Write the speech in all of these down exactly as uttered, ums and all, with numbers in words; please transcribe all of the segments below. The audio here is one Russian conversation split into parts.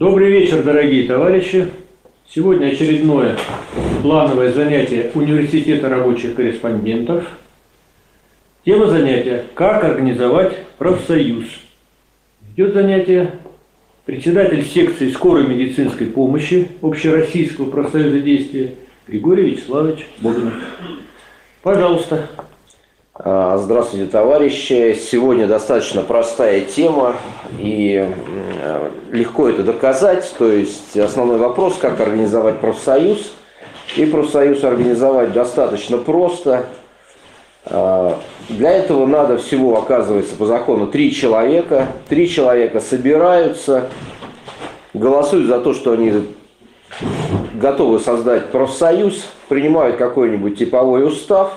Добрый вечер, дорогие товарищи. Сегодня очередное плановое занятие Университета рабочих корреспондентов. Тема занятия «Как организовать профсоюз». Ведет занятие председатель секции скорой медицинской помощи Общероссийского профсоюза действия Григорий Вячеславович Богданов. Пожалуйста. Здравствуйте, товарищи. Сегодня достаточно простая тема, и легко это доказать. То есть основной вопрос, как организовать профсоюз. И профсоюз организовать достаточно просто. Для этого надо всего, оказывается, по закону три человека. Три человека собираются, голосуют за то, что они готовы создать профсоюз, принимают какой-нибудь типовой устав,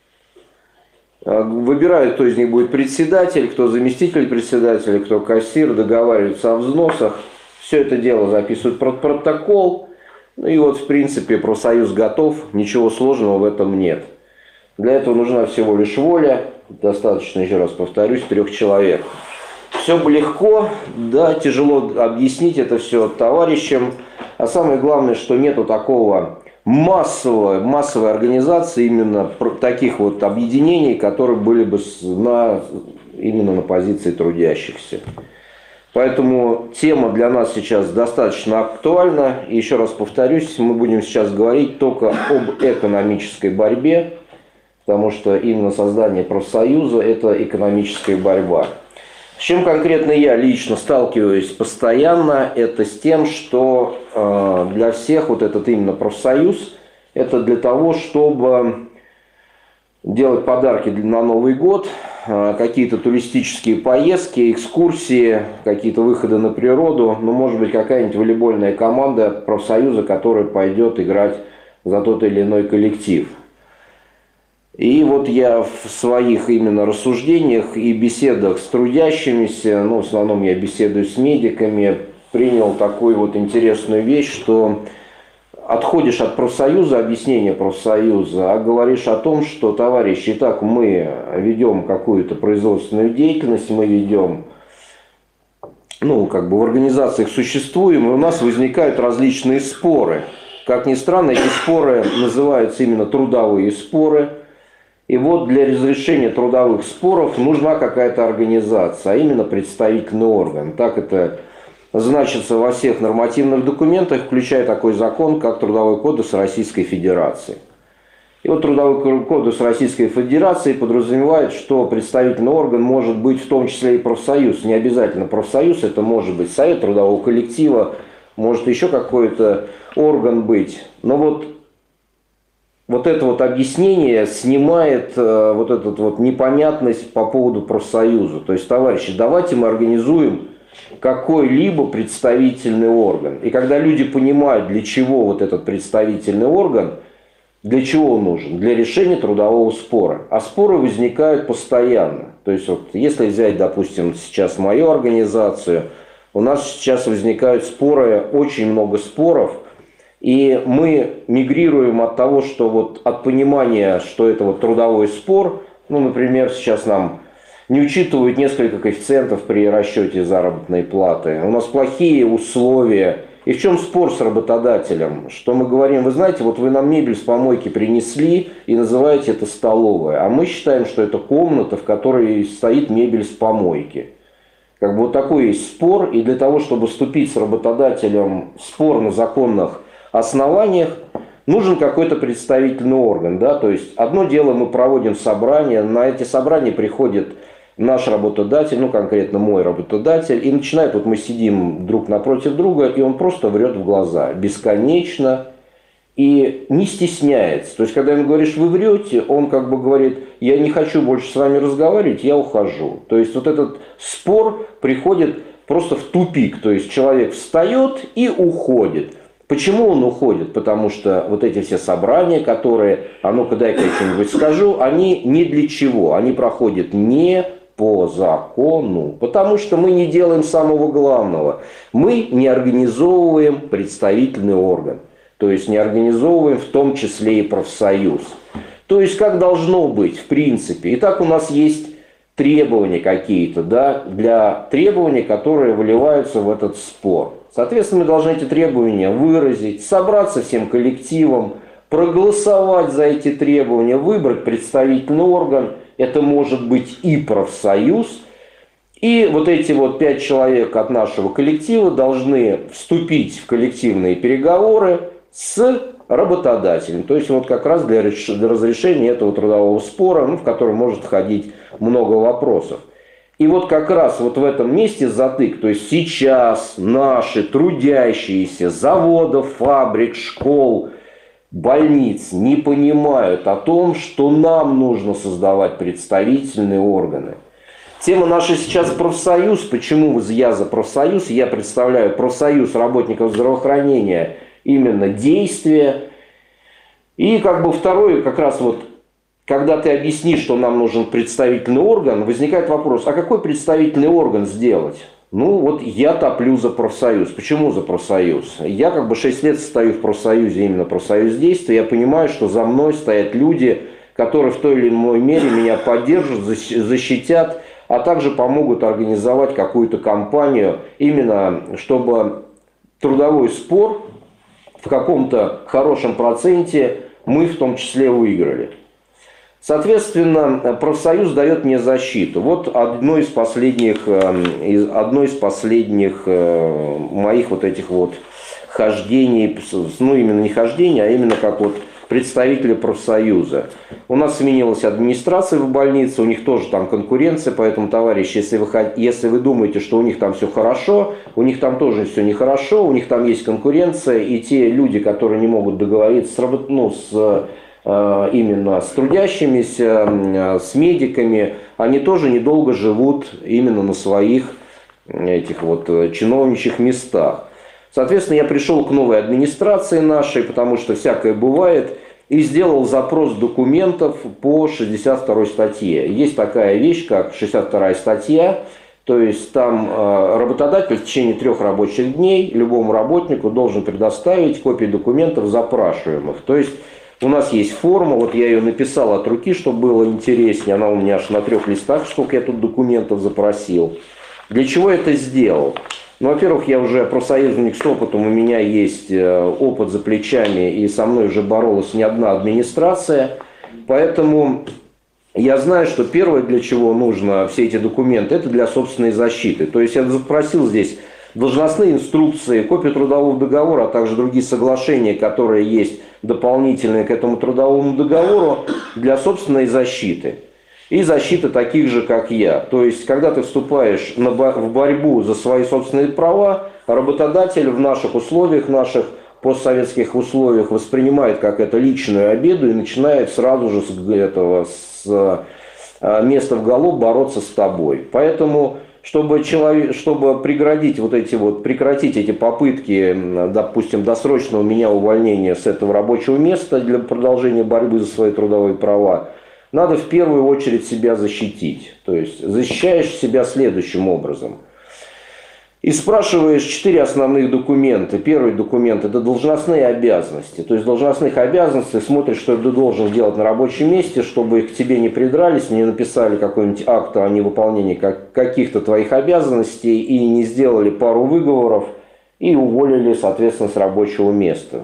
выбирают, кто из них будет председатель, кто заместитель председателя, кто кассир, договариваются о взносах. Все это дело записывают в протокол. Ну и вот, в принципе, профсоюз готов, ничего сложного в этом нет. Для этого нужна всего лишь воля, достаточно, еще раз повторюсь, трех человек. Все бы легко, да, тяжело объяснить это все товарищам. А самое главное, что нету такого массовой, массовой организации, именно таких вот объединений, которые были бы на, именно на позиции трудящихся. Поэтому тема для нас сейчас достаточно актуальна. И еще раз повторюсь, мы будем сейчас говорить только об экономической борьбе, потому что именно создание профсоюза – это экономическая борьба. С чем конкретно я лично сталкиваюсь постоянно, это с тем, что э, для всех вот этот именно профсоюз, это для того, чтобы делать подарки на Новый год, э, какие-то туристические поездки, экскурсии, какие-то выходы на природу, ну, может быть, какая-нибудь волейбольная команда профсоюза, которая пойдет играть за тот или иной коллектив. И вот я в своих именно рассуждениях и беседах с трудящимися, ну, в основном я беседую с медиками, принял такую вот интересную вещь, что отходишь от профсоюза, объяснения профсоюза, а говоришь о том, что, товарищи, итак, мы ведем какую-то производственную деятельность, мы ведем, ну, как бы в организациях существуем, и у нас возникают различные споры. Как ни странно, эти споры называются именно трудовые споры. И вот для разрешения трудовых споров нужна какая-то организация, а именно представительный орган. Так это значится во всех нормативных документах, включая такой закон, как Трудовой кодекс Российской Федерации. И вот Трудовой кодекс Российской Федерации подразумевает, что представительный орган может быть в том числе и профсоюз. Не обязательно профсоюз, это может быть совет трудового коллектива, может еще какой-то орган быть. Но вот Вот это вот объяснение снимает э, вот эту вот непонятность по поводу профсоюза. То есть, товарищи, давайте мы организуем какой-либо представительный орган. И когда люди понимают, для чего вот этот представительный орган, для чего он нужен? Для решения трудового спора. А споры возникают постоянно. То есть, вот, если взять, допустим, сейчас мою организацию, у нас сейчас возникают споры, очень много споров. И мы мигрируем от того, что вот от понимания, что это вот трудовой спор, ну, например, сейчас нам не учитывают несколько коэффициентов при расчете заработной платы. У нас плохие условия. И в чем спор с работодателем? Что мы говорим, вы знаете, вот вы нам мебель с помойки принесли и называете это столовой, а мы считаем, что это комната, в которой стоит мебель с помойки. Как бы вот такой есть спор, и для того, чтобы вступить с работодателем в спор на законных основаниях, нужен какой-то представительный орган. Да? То есть одно дело, мы проводим собрания, на эти собрания приходит наш работодатель, ну конкретно мой работодатель, и начинает, вот мы сидим друг напротив друга, и он просто врет в глаза, бесконечно, и не стесняется. То есть когда ему говоришь, вы врете, он как бы говорит, я не хочу больше с вами разговаривать, я ухожу. То есть вот этот спор приходит просто в тупик, то есть человек встает и уходит. Почему он уходит? Потому что вот эти все собрания, которые, а ну-ка дай-ка я что-нибудь скажу, они ни для чего, они проходят не по закону, потому что мы не делаем самого главного. Мы не организовываем представительный орган, то есть не организовываем в том числе и профсоюз. То есть как должно быть в принципе. Итак, у нас есть требования какие-то, да, для требований, которые выливаются в этот спор. Соответственно, мы должны эти требования выразить, собраться всем коллективом, проголосовать за эти требования, выбрать представительный орган, это может быть и профсоюз. И вот эти вот пять человек от нашего коллектива должны вступить в коллективные переговоры с работодателем. То есть вот как раз для, для разрешения этого трудового спора, ну, в который может входить много вопросов. И вот как раз вот в этом месте затык. То есть сейчас наши трудящиеся заводов, фабрик, школ, больниц не понимают о том, что нам нужно создавать представительные органы. Тема наша сейчас профсоюз. Почему я за профсоюз? Я представляю профсоюз работников здравоохранения, именно действия. И как бы второе, как раз вот, когда ты объяснишь, что нам нужен представительный орган, возникает вопрос, а какой представительный орган сделать? Ну вот я топлю за профсоюз. Почему за профсоюз? Я как бы шесть лет стою в профсоюзе, именно профсоюз действия. Я понимаю, что за мной стоят люди, которые в той или иной мере меня поддержат, защитят, а также помогут организовать какую-то кампанию, именно чтобы трудовой спор в каком-то хорошем проценте мы в том числе выиграли. Соответственно, профсоюз дает мне защиту. Вот одно из последних, одно из последних моих вот этих вот хождений, ну именно не хождений, а именно как вот представители профсоюза. У нас сменилась администрация в больнице, у них тоже там конкуренция, поэтому, товарищи, если вы, если вы думаете, что у них там все хорошо, у них там тоже все нехорошо, у них там есть конкуренция, и те люди, которые не могут договориться с, ну, с, именно с трудящимися, с медиками, они тоже недолго живут именно на своих этих вот чиновничьих местах. Соответственно, я пришел к новой администрации нашей, потому что всякое бывает, и сделал запрос документов по шестьдесят второй статье. Есть такая вещь, как шестьдесят вторая статья, то есть там работодатель в течение трех рабочих дней любому работнику должен предоставить копии документов запрашиваемых. То есть у нас есть форма, вот я ее написал от руки, чтобы было интереснее, она у меня аж на трех листах, сколько я тут документов запросил. Для чего я это сделал? Ну, во-первых, я уже профсоюзник с опытом, у меня есть опыт за плечами, и со мной уже боролась не одна администрация. Поэтому я знаю, что первое, для чего нужно все эти документы, это для собственной защиты. То есть я запросил здесь должностные инструкции, копию трудового договора, а также другие соглашения, которые есть дополнительные к этому трудовому договору для собственной защиты. И защита таких же, как я. То есть, когда ты вступаешь в борьбу за свои собственные права, работодатель в наших условиях, наших постсоветских условиях воспринимает как это личную обиду и начинает сразу же с, этого, с места в голубь бороться с тобой. Поэтому, чтобы, человек, чтобы преградить вот эти вот, прекратить эти попытки, допустим, досрочного меня увольнения с этого рабочего места для продолжения борьбы за свои трудовые права, надо в первую очередь себя защитить. То есть защищаешь себя следующим образом. И спрашиваешь четыре основных документа. Первый документ – это должностные обязанности. То есть должностных обязанностей смотришь, что ты должен делать на рабочем месте, чтобы к тебе не придрались, не написали какой-нибудь акт о невыполнении каких-то твоих обязанностей и не сделали пару выговоров и уволили, соответственно, с рабочего места.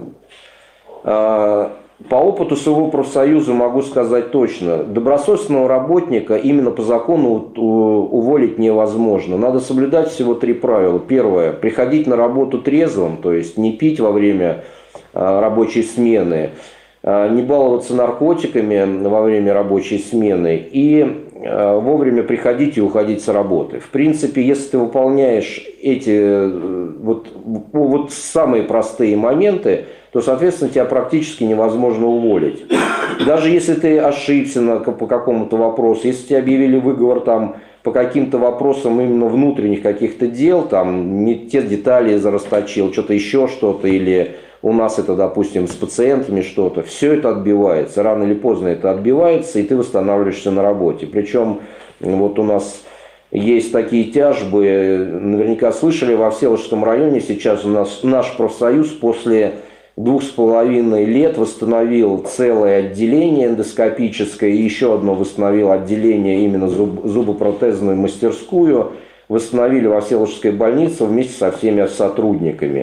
По опыту своего профсоюза могу сказать точно, добросовестного работника именно по закону уволить невозможно. Надо соблюдать всего три правила. Первое, приходить на работу трезвым, то есть не пить во время рабочей смены, не баловаться наркотиками во время рабочей смены и вовремя приходить и уходить с работы. В принципе, если ты выполняешь эти вот, вот самые простые моменты, то, соответственно, тебя практически невозможно уволить. Даже если ты ошибся на, по какому-то вопросу, если тебе объявили выговор там, по каким-то вопросам именно внутренних каких-то дел, там, не те детали зарасточил, что-то еще что-то, или у нас это, допустим, с пациентами что-то, все это отбивается. Рано или поздно это отбивается, и ты восстанавливаешься на работе. Причем вот у нас есть такие тяжбы, наверняка слышали, во Всеволожском районе сейчас у нас наш профсоюз после двух с половиной лет восстановил целое отделение эндоскопическое и еще одно восстановил отделение именно зуб, зубопротезную мастерскую. восстановили во Всеволожской больнице вместе со всеми сотрудниками.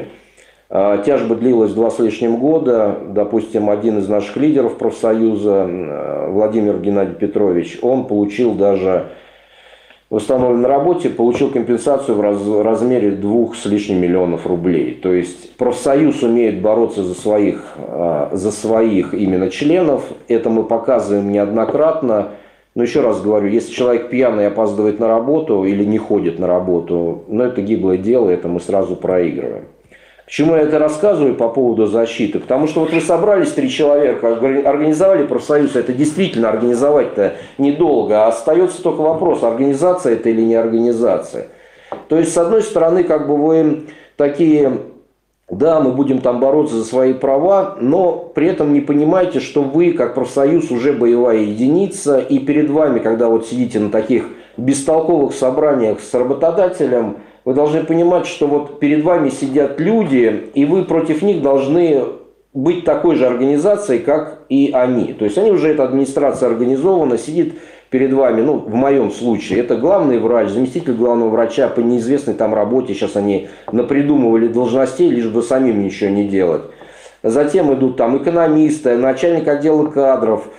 Тяжба длилась два с лишним года. Допустим, один из наших лидеров профсоюза, Владимир Геннадий Петрович, он получил даже восстановлен на работе, получил компенсацию в раз, размере двух с лишним миллионов рублей. То есть профсоюз умеет бороться за своих, за своих именно членов. Это мы показываем неоднократно. Но еще раз говорю, если человек пьяный опаздывает на работу или не ходит на работу, ну это гиблое дело, это мы сразу проигрываем. Почему я это рассказываю по поводу защиты? Потому что вот вы собрались, три человека, организовали профсоюз, это действительно организовать-то недолго, а остается только вопрос, организация это или не организация. То есть, с одной стороны, как бы вы такие, да, мы будем там бороться за свои права, но при этом не понимаете, что вы, как профсоюз, уже боевая единица, и перед вами, когда вот сидите на таких бестолковых собраниях с работодателем, вы должны понимать, что вот перед вами сидят люди, и вы против них должны быть такой же организацией, как и они. То есть они уже, эта администрация организована, сидит перед вами, ну, в моем случае, это главный врач, заместитель главного врача по неизвестной там работе, сейчас они напридумывали должностей, лишь бы самим ничего не делать. Затем идут там экономисты, начальник отдела кадров,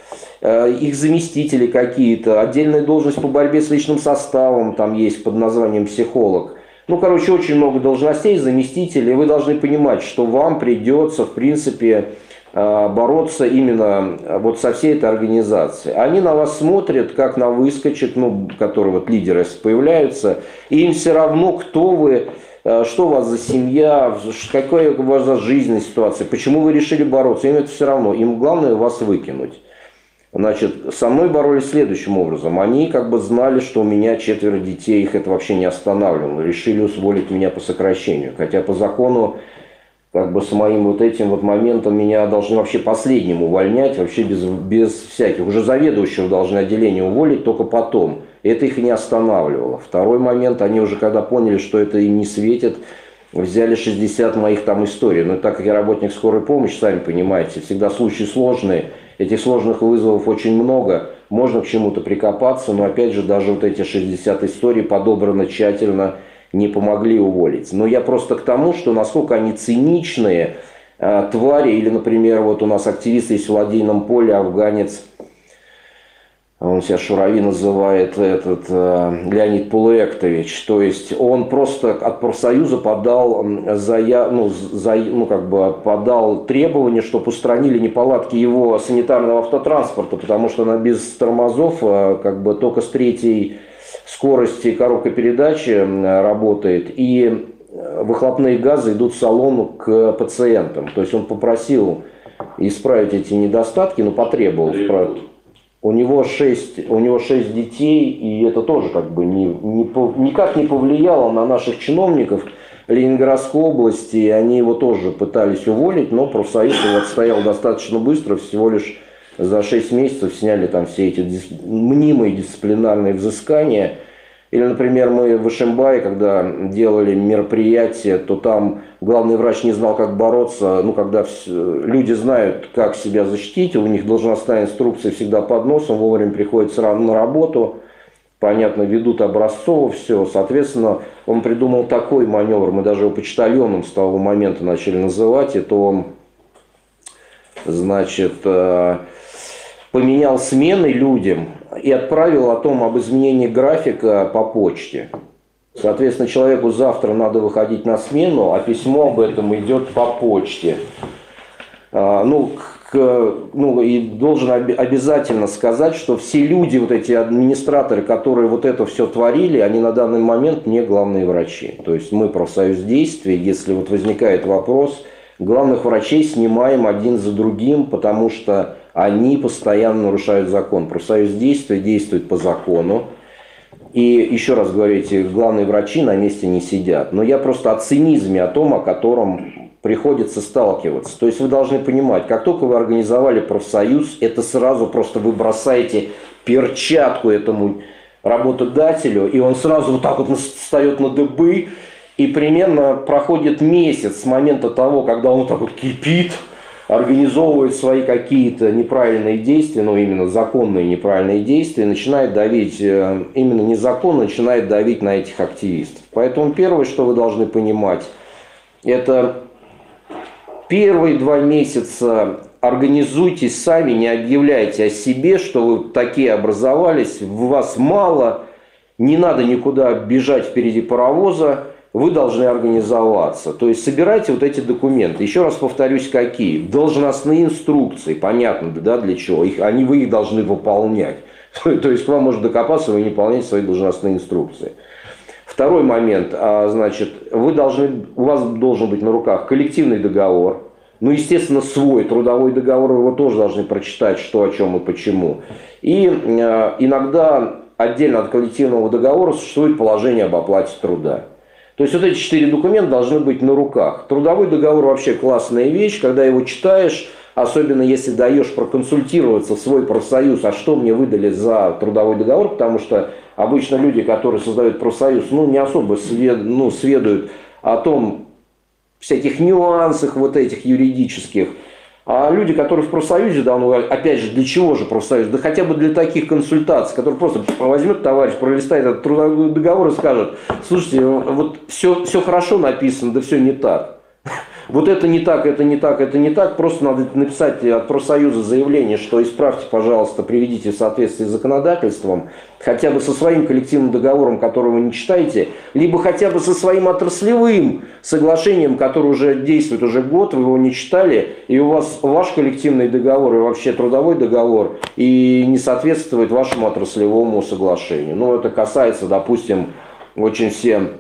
их заместители какие-то, отдельная должность по борьбе с личным составом, там есть под названием психолог. Ну, короче, очень много должностей, заместителей. Вы должны понимать, что вам придется, в принципе, бороться именно вот со всей этой организацией. Они на вас смотрят, как на выскочек, ну, которые вот лидеры появляются, и им все равно, кто вы, что у вас за семья, какая у вас за жизненная ситуация, почему вы решили бороться. Им это все равно. Им главное вас выкинуть. Значит, со мной боролись следующим образом. Они как бы знали, что у меня четверо детей, их это вообще не останавливало. Решили уволить меня по сокращению. Хотя по закону, как бы с моим вот этим вот моментом, меня должны вообще последним увольнять, вообще без, без всяких. Уже заведующего должны отделение уволить только потом. Это их не останавливало. Второй момент, они уже когда поняли, что это им не светит, взяли шестьдесят моих там историй. Но так как я работник скорой помощи, сами понимаете, всегда случаи сложные. Этих сложных вызовов очень много, можно к чему-то прикопаться, но опять же даже вот эти шестьдесят историй подобраны тщательно, не помогли уволить. Но я просто к тому, что насколько они циничные э, твари, или, например, вот у нас активист есть в ладейном поле, афганец, он себя Шурави называет, этот э, Леонид Пулуэктович. То есть он просто от профсоюза подал, зая, ну, за, ну, как бы подал требование, чтобы устранили неполадки его санитарного автотранспорта, потому что она без тормозов, э, как бы только с третьей скорости коробка передачи работает, и выхлопные газы идут в салон к пациентам. То есть он попросил исправить эти недостатки, но потребовал. У него шесть, у него шесть детей, и это тоже как бы не, не, никак не повлияло на наших чиновников Ленинградской области. И они его тоже пытались уволить, но профсоюз его отстоял достаточно быстро, всего лишь за шесть месяцев сняли там все эти дис, мнимые дисциплинарные взыскания. Или, например, мы в Ишимбае, когда делали мероприятие, то там главный врач не знал, как бороться. Ну, когда люди знают, как себя защитить, у них должностная инструкция всегда под носом, вовремя приходят сразу на работу, понятно, ведут образцово все. Соответственно, он придумал такой маневр, мы даже его почтальоном с того момента начали называть, это он, значит, поменял смены людям и отправил о том об изменении графика по почте. Соответственно, человеку завтра надо выходить на смену, а письмо об этом идет по почте. А, ну, к, ну, и должен обязательно сказать, что все люди, вот эти администраторы, которые вот это все творили, они на данный момент не главные врачи. То есть мы профсоюз действий, если вот возникает вопрос, главных врачей снимаем один за другим, потому что они постоянно нарушают закон. Профсоюз действия действует по закону. И еще раз говорю, эти главные врачи на месте не сидят. Но я просто о цинизме, о том, о котором приходится сталкиваться. То есть вы должны понимать, как только вы организовали профсоюз, это сразу просто вы бросаете перчатку этому работодателю, и он сразу вот так вот встает на дыбы, и примерно проходит месяц с момента того, когда он вот так вот кипит, организовывает свои какие-то неправильные действия, ну именно законные неправильные действия, начинает давить, именно незаконно начинает давить на этих активистов. Поэтому первое, что вы должны понимать, это первые два месяца организуйтесь сами, не объявляйте о себе, что вы такие образовались, вас мало, не надо никуда бежать впереди паровоза, вы должны организоваться. То есть собирайте вот эти документы. Еще раз повторюсь, какие? Должностные инструкции, понятно, да, для чего? Их, они, вы их должны выполнять. То есть к вам может докопаться, вы не выполняете свои должностные инструкции. Второй момент, значит, вы должны, у вас должен быть на руках коллективный договор. Ну, естественно, свой трудовой договор, вы его тоже должны прочитать, что, о чем и почему. И э, иногда отдельно от коллективного договора существует положение об оплате труда. То есть вот эти четыре документа должны быть на руках. Трудовой договор вообще классная вещь, когда его читаешь, особенно если даешь проконсультироваться в свой профсоюз, а что мне выдали за трудовой договор, потому что обычно люди, которые создают профсоюз, ну, не особо свед, ну, сведают о том, всяких нюансах вот этих юридических. А люди, которые в профсоюзе давно, опять же, для чего же профсоюз? Да хотя бы для таких консультаций, который просто возьмет товарищ, пролистает этот трудовой договор и скажет: слушайте, вот все, все хорошо написано, да все не так. Вот это не так, это не так, это не так. Просто надо написать от профсоюза заявление, что исправьте, пожалуйста, приведите в соответствие с законодательством, хотя бы со своим коллективным договором, который вы не читаете, либо хотя бы со своим отраслевым соглашением, которое уже действует уже год, вы его не читали, и у вас ваш коллективный договор и вообще трудовой договор и не соответствует вашему отраслевому соглашению. Ну, это касается, допустим, очень все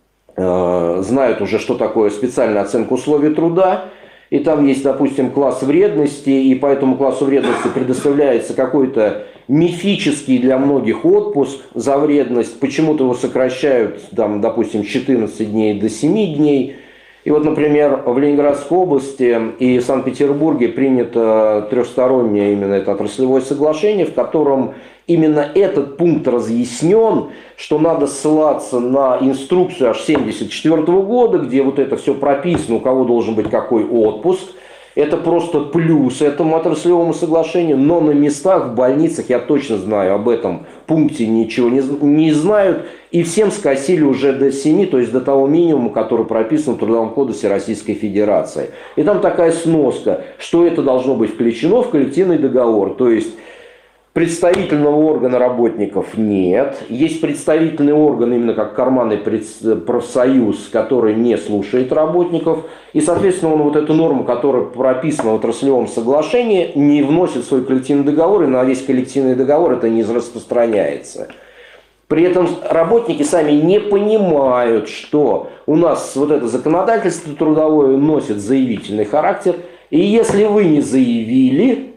знают уже, что такое специальная оценка условий труда, и там есть, допустим, класс вредности, и по этому классу вредности предоставляется какой-то мифический для многих отпуск за вредность, почему-то его сокращают, там, допустим, с четырнадцати дней до семи дней. И вот, например, в Ленинградской области и в Санкт-Петербурге принято трехстороннее именно это отраслевое соглашение, в котором именно этот пункт разъяснен, что надо ссылаться на инструкцию аж семьдесят четвёртого года, где вот это все прописано, у кого должен быть какой отпуск. Это просто плюс этому отраслевому соглашению, но на местах, в больницах, я точно знаю, об этом пункте ничего не, не знают, и всем скосили уже до семи, то есть до того минимума, который прописан в Трудовом кодексе Российской Федерации. И там такая сноска, что это должно быть включено в коллективный договор, то есть представительного органа работников нет. Есть представительный орган, именно как карманный профсоюз, который не слушает работников. И, соответственно, он вот эту норму, которая прописана в отраслевом соглашении, не вносит в свой коллективный договор, и на весь коллективный договор это не распространяется. При этом работники сами не понимают, что у нас вот это законодательство трудовое носит заявительный характер. И если вы не заявили,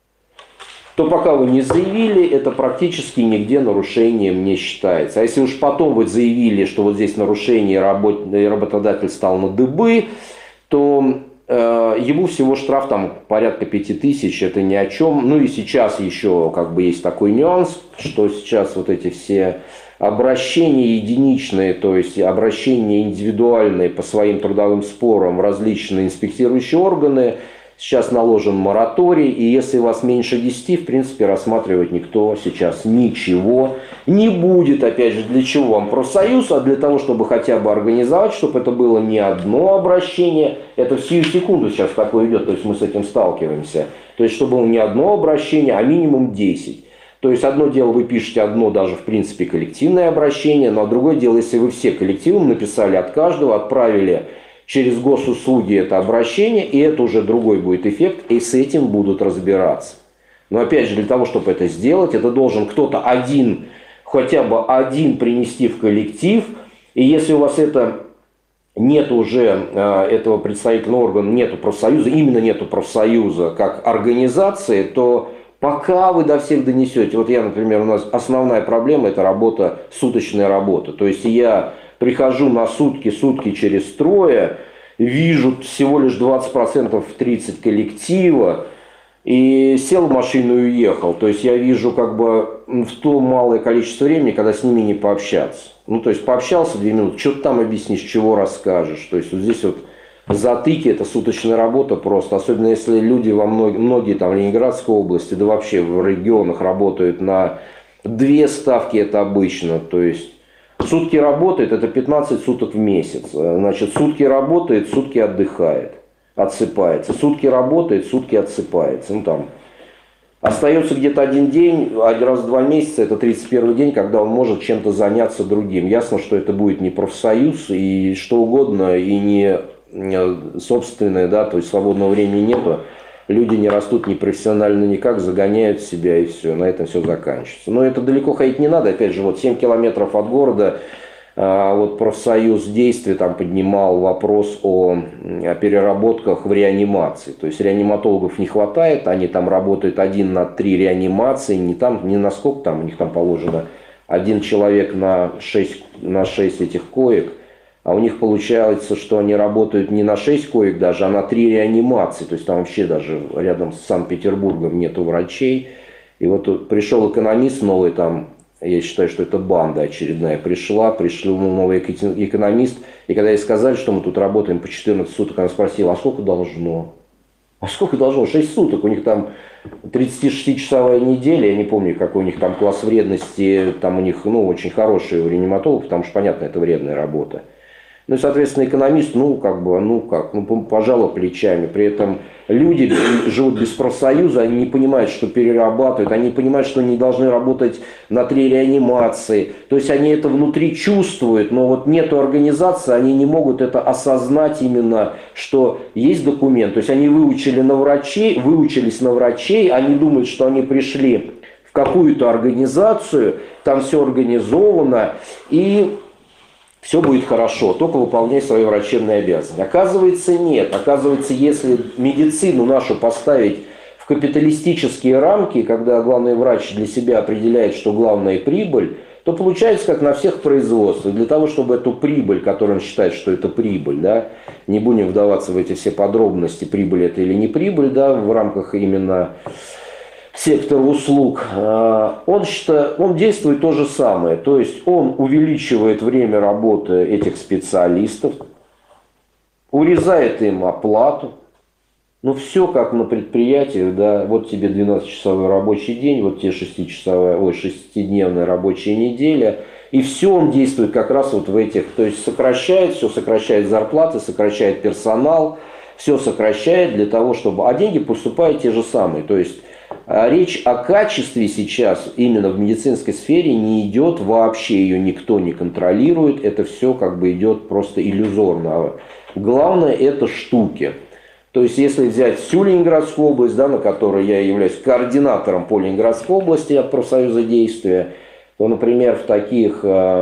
то пока вы не заявили, это практически нигде нарушением не считается. А если уж потом вы заявили, что вот здесь нарушение, работ... работодатель стал на дыбы, то э, ему всего штраф там порядка пяти тысяч, это ни о чем. Ну и сейчас еще как бы есть такой нюанс, что сейчас вот эти все обращения единичные, то есть обращения индивидуальные по своим трудовым спорам в различные инспектирующие органы, сейчас наложен мораторий, и если вас меньше десяти, в принципе, рассматривать никто сейчас ничего не будет. Опять же, для чего вам профсоюз? А для того, чтобы хотя бы организовать, чтобы это было не одно обращение. Это в сию секунду сейчас такое идет, то есть мы с этим сталкиваемся. То есть, чтобы было не одно обращение, а минимум десять. То есть, одно дело, вы пишете одно даже, в принципе, коллективное обращение, но другое дело, если вы все коллективом написали от каждого, отправили через госуслуги это обращение, и это уже другой будет эффект, и с этим будут разбираться. Но опять же, для того, чтобы это сделать, это должен кто-то один, хотя бы один принести в коллектив, и если у вас это нет уже э, этого представительного органа, нету профсоюза, именно нету профсоюза как организации, то пока вы до всех донесете, вот я, например, у нас основная проблема – это работа, суточная работа, то есть я прихожу на сутки, сутки через трое, вижу всего лишь двадцать процентов, тридцать процентов коллектива, и сел в машину и уехал. То есть я вижу как бы в то малое количество времени, когда с ними не пообщаться. Ну, то есть пообщался две минуты, что-то там объяснишь, чего расскажешь. То есть вот здесь вот затыки, это суточная работа просто. Особенно если люди во многие, многие там в Ленинградской области, да вообще в регионах работают на две ставки, это обычно. То есть сутки работает, это пятнадцать суток в месяц. Значит, сутки работает, сутки отдыхает, отсыпается. Сутки работает, сутки отсыпается. Ну там остается где-то один день, один раз в два месяца, это тридцать первый день, когда он может чем-то заняться другим. Ясно, что это будет не профсоюз и что угодно, и не собственное, да, то есть свободного времени нету. Люди не растут ни профессионально никак, загоняют себя и все, на этом все заканчивается. Но это далеко ходить не надо, опять же, вот семь километров от города, вот профсоюз действий там поднимал вопрос о, о переработках в реанимации. То есть реаниматологов не хватает, они там работают один на три реанимации, не, там, не на сколько там, у них там положено один человек на шесть, на шесть этих коек. А у них получается, что они работают не на шесть коек даже, а на три реанимации. То есть там вообще даже рядом с Санкт-Петербургом нету врачей. И вот тут пришел экономист новый там, я считаю, что это банда очередная, пришла, пришел новый экономист. И когда ей сказали, что мы тут работаем по четырнадцать суток, она спросила, а сколько должно? А сколько должно? шесть суток. У них там тридцатишестичасовая неделя, я не помню, какой у них там класс вредности. Там у них, ну, очень хороший у реаниматологов, потому что, понятно, это вредная работа. Ну и, соответственно, экономист, ну, как бы, ну, как, ну, пожалуй, плечами. При этом люди живут без профсоюза, они не понимают, что перерабатывают, они не понимают, что они должны работать на три реанимации. То есть они это внутри чувствуют, но вот нету организации, они не могут это осознать именно, что есть документ. То есть они выучили на врачей, выучились на врачей, они думают, что они пришли в какую-то организацию, там все организовано, и все будет хорошо, только выполняй свои врачебные обязанности. Оказывается, нет. Оказывается, если медицину нашу поставить в капиталистические рамки, когда главный врач для себя определяет, что главное прибыль, то получается, как на всех производствах. Для того, чтобы эту прибыль, которую он считает, что это прибыль, да, не будем вдаваться в эти все подробности, прибыль это или не прибыль, да, в рамках именно сектор услуг, он, считает, он действует то же самое. То есть он увеличивает время работы этих специалистов, урезает им оплату. Ну все как на предприятиях, да, вот тебе двенадцатичасовой рабочий день, вот тебе шестичасовая, ой, шестидневная рабочая неделя. И все он действует как раз вот в этих, то есть сокращает, все сокращает зарплаты, сокращает персонал, все сокращает для того, чтобы... А деньги поступают те же самые, то есть... Речь о качестве сейчас именно в медицинской сфере не идет вообще, ее никто не контролирует, это все как бы идет просто иллюзорно. Главное это штуки. То есть если взять всю Ленинградскую область, да, на которой я являюсь координатором по Ленинградской области от профсоюза действия, то, например, в таких,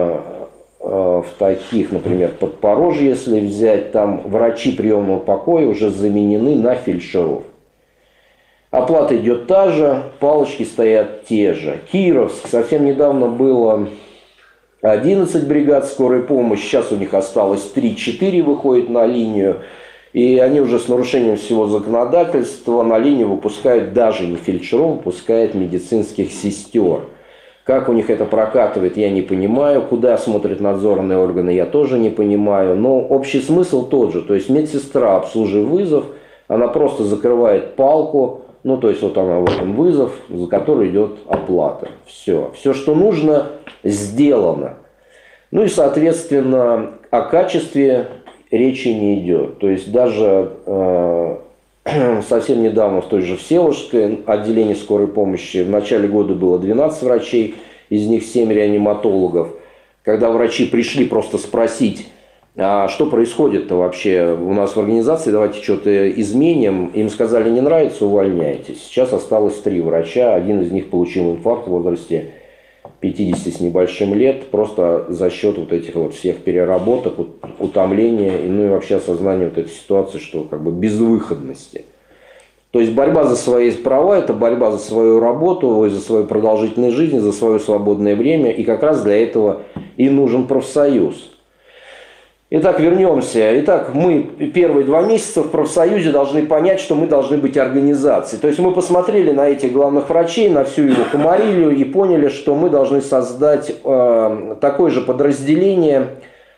в таких, например, Подпорожье, если взять, там врачи приемного покоя уже заменены на фельдшеров. Оплата идет та же, палочки стоят те же. Кировск, совсем недавно было одиннадцать бригад скорой помощи, сейчас у них осталось три-четыре выходит на линию. И они уже с нарушением всего законодательства на линию выпускают даже не фельдшеров, выпускают медицинских сестер. Как у них это прокатывает, я не понимаю. Куда смотрят надзорные органы, я тоже не понимаю. Но общий смысл тот же. То есть медсестра, обслуживая вызов, она просто закрывает палку. Ну, то есть, вот она, вот он вызов, за который идет оплата. Все. Все, что нужно, сделано. Ну и, соответственно, о качестве речи не идет. То есть, даже э, совсем недавно в той же Всеволожской отделении скорой помощи в начале года было двенадцать врачей, из них семь реаниматологов. Когда врачи пришли просто спросить, а что происходит-то вообще у нас в организации, давайте что-то изменим. Им сказали, не нравится, увольняйтесь. Сейчас осталось три врача, один из них получил инфаркт в возрасте пятидесяти с небольшим лет, просто за счет вот этих вот всех переработок, утомления, и, ну и вообще осознания вот этой ситуации, что как бы безвыходности. То есть борьба за свои права – это борьба за свою работу, за свою продолжительность жизни, за свое свободное время, и как раз для этого и нужен профсоюз. Итак, вернемся. Итак, мы первые два месяца в профсоюзе должны понять, что мы должны быть организацией. То есть мы посмотрели на этих главных врачей, на всю его комарилию и поняли, что мы должны создать э, такое же подразделение,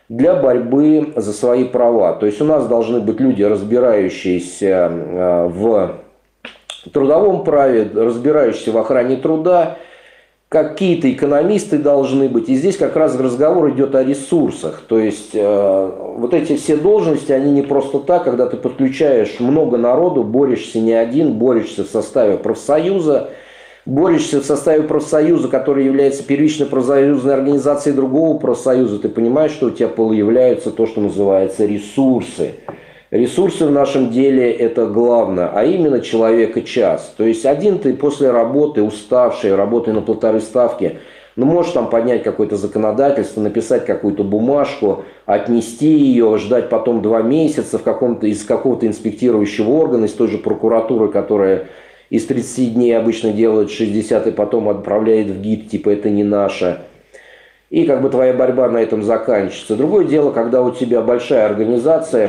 для борьбы за свои права. То есть у нас должны быть люди, разбирающиеся в трудовом праве, разбирающиеся в охране труда, какие-то экономисты должны быть. И здесь как раз разговор идет о ресурсах. То есть э, вот эти все должности, они не просто так, когда ты подключаешь много народу, борешься не один, борешься в составе профсоюза, борешься в составе профсоюза, который является первичной профсоюзной организацией другого профсоюза, ты понимаешь, что у тебя появляются то, что называется ресурсы. Ресурсы в нашем деле это главное, а именно человека час. То есть один ты после работы, уставший, работая на полторы ставки, ну можешь там поднять какое-то законодательство, написать какую-то бумажку, отнести ее, ждать потом два месяца в каком-то, из какого-то инспектирующего органа, из той же прокуратуры, которая из тридцати дней обычно делает шестьдесят и потом отправляет в ГИБ, типа это не наше. И как бы твоя борьба на этом заканчивается. Другое дело, когда у тебя большая организация,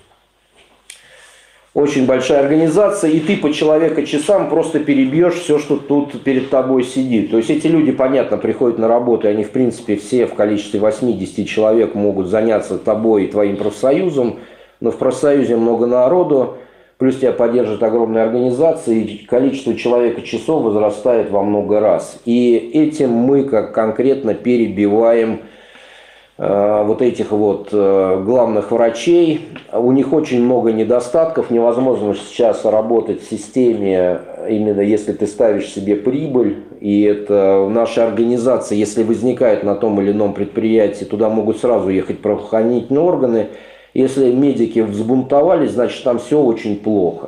очень большая организация, и ты по человека часам просто перебьешь все, что тут перед тобой сидит. То есть эти люди, понятно, приходят на работу, и они, в принципе, все в количестве восьмидесяти человек могут заняться тобой и твоим профсоюзом, но в профсоюзе много народу, плюс тебя поддержит огромная организация, и количество человека часов возрастает во много раз. И этим мы как конкретно перебиваем вот этих вот главных врачей. У них очень много недостатков. Невозможно сейчас работать в системе, именно если ты ставишь себе прибыль. И это в нашей организации, если возникает на том или ином предприятии, туда могут сразу ехать правоохранительные органы. Если медики взбунтовались, значит там все очень плохо.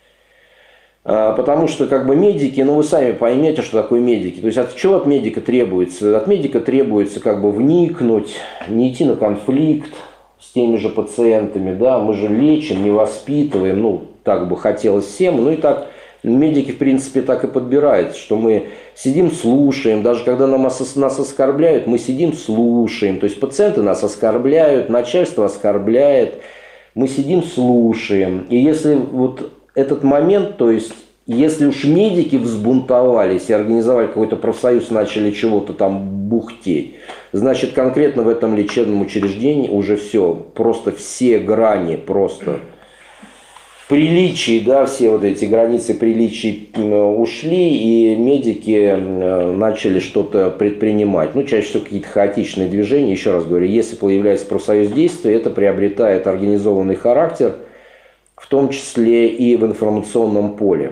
Потому что как бы медики, ну вы сами поймете, что такое медики. То есть от чего от медика требуется? От медика требуется как бы вникнуть, не идти на конфликт с теми же пациентами. Да? Мы же лечим, не воспитываем, ну так бы хотелось всем. Ну и так медики в принципе так и подбирают, что мы сидим, слушаем. Даже когда нам нас оскорбляют, мы сидим, слушаем. То есть пациенты нас оскорбляют, начальство оскорбляет, мы сидим, слушаем. И если вот этот момент, то есть, если уж медики взбунтовались и организовали какой-то профсоюз, начали чего-то там бухтеть, значит, конкретно в этом лечебном учреждении уже все, просто все грани, просто приличий, да, все вот эти границы приличий ушли, и медики начали что-то предпринимать. Ну, чаще всего какие-то хаотичные движения, еще раз говорю, если появляется профсоюз действия, это приобретает организованный характер, в том числе и в информационном поле.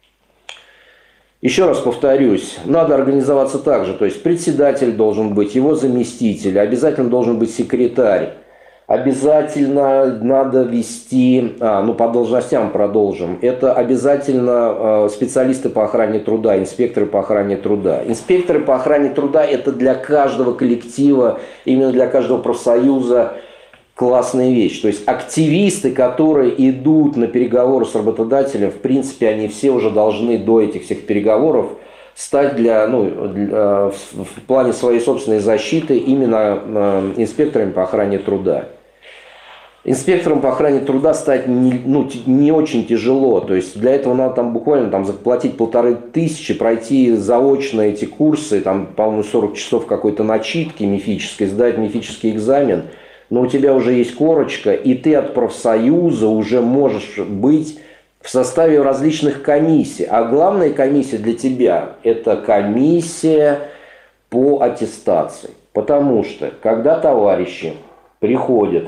Еще раз повторюсь, надо организоваться так же, то есть председатель должен быть, его заместитель, обязательно должен быть секретарь, обязательно надо вести, а, ну по должностям продолжим, это обязательно специалисты по охране труда, инспекторы по охране труда. Инспекторы по охране труда это для каждого коллектива, именно для каждого профсоюза, классная вещь. То есть активисты, которые идут на переговоры с работодателем, в принципе, они все уже должны до этих всех переговоров стать для, ну, для, в плане своей собственной защиты именно инспекторами по охране труда. Инспектором по охране труда стать не, ну, не очень тяжело. То есть для этого надо там буквально там, заплатить полторы тысячи, пройти заочно эти курсы, там, по-моему, сорок часов какой-то начитки мифической, сдать мифический экзамен. Но у тебя уже есть корочка, и ты от профсоюза уже можешь быть в составе различных комиссий. А главная комиссия для тебя – это комиссия по аттестации. Потому что, когда товарищи приходят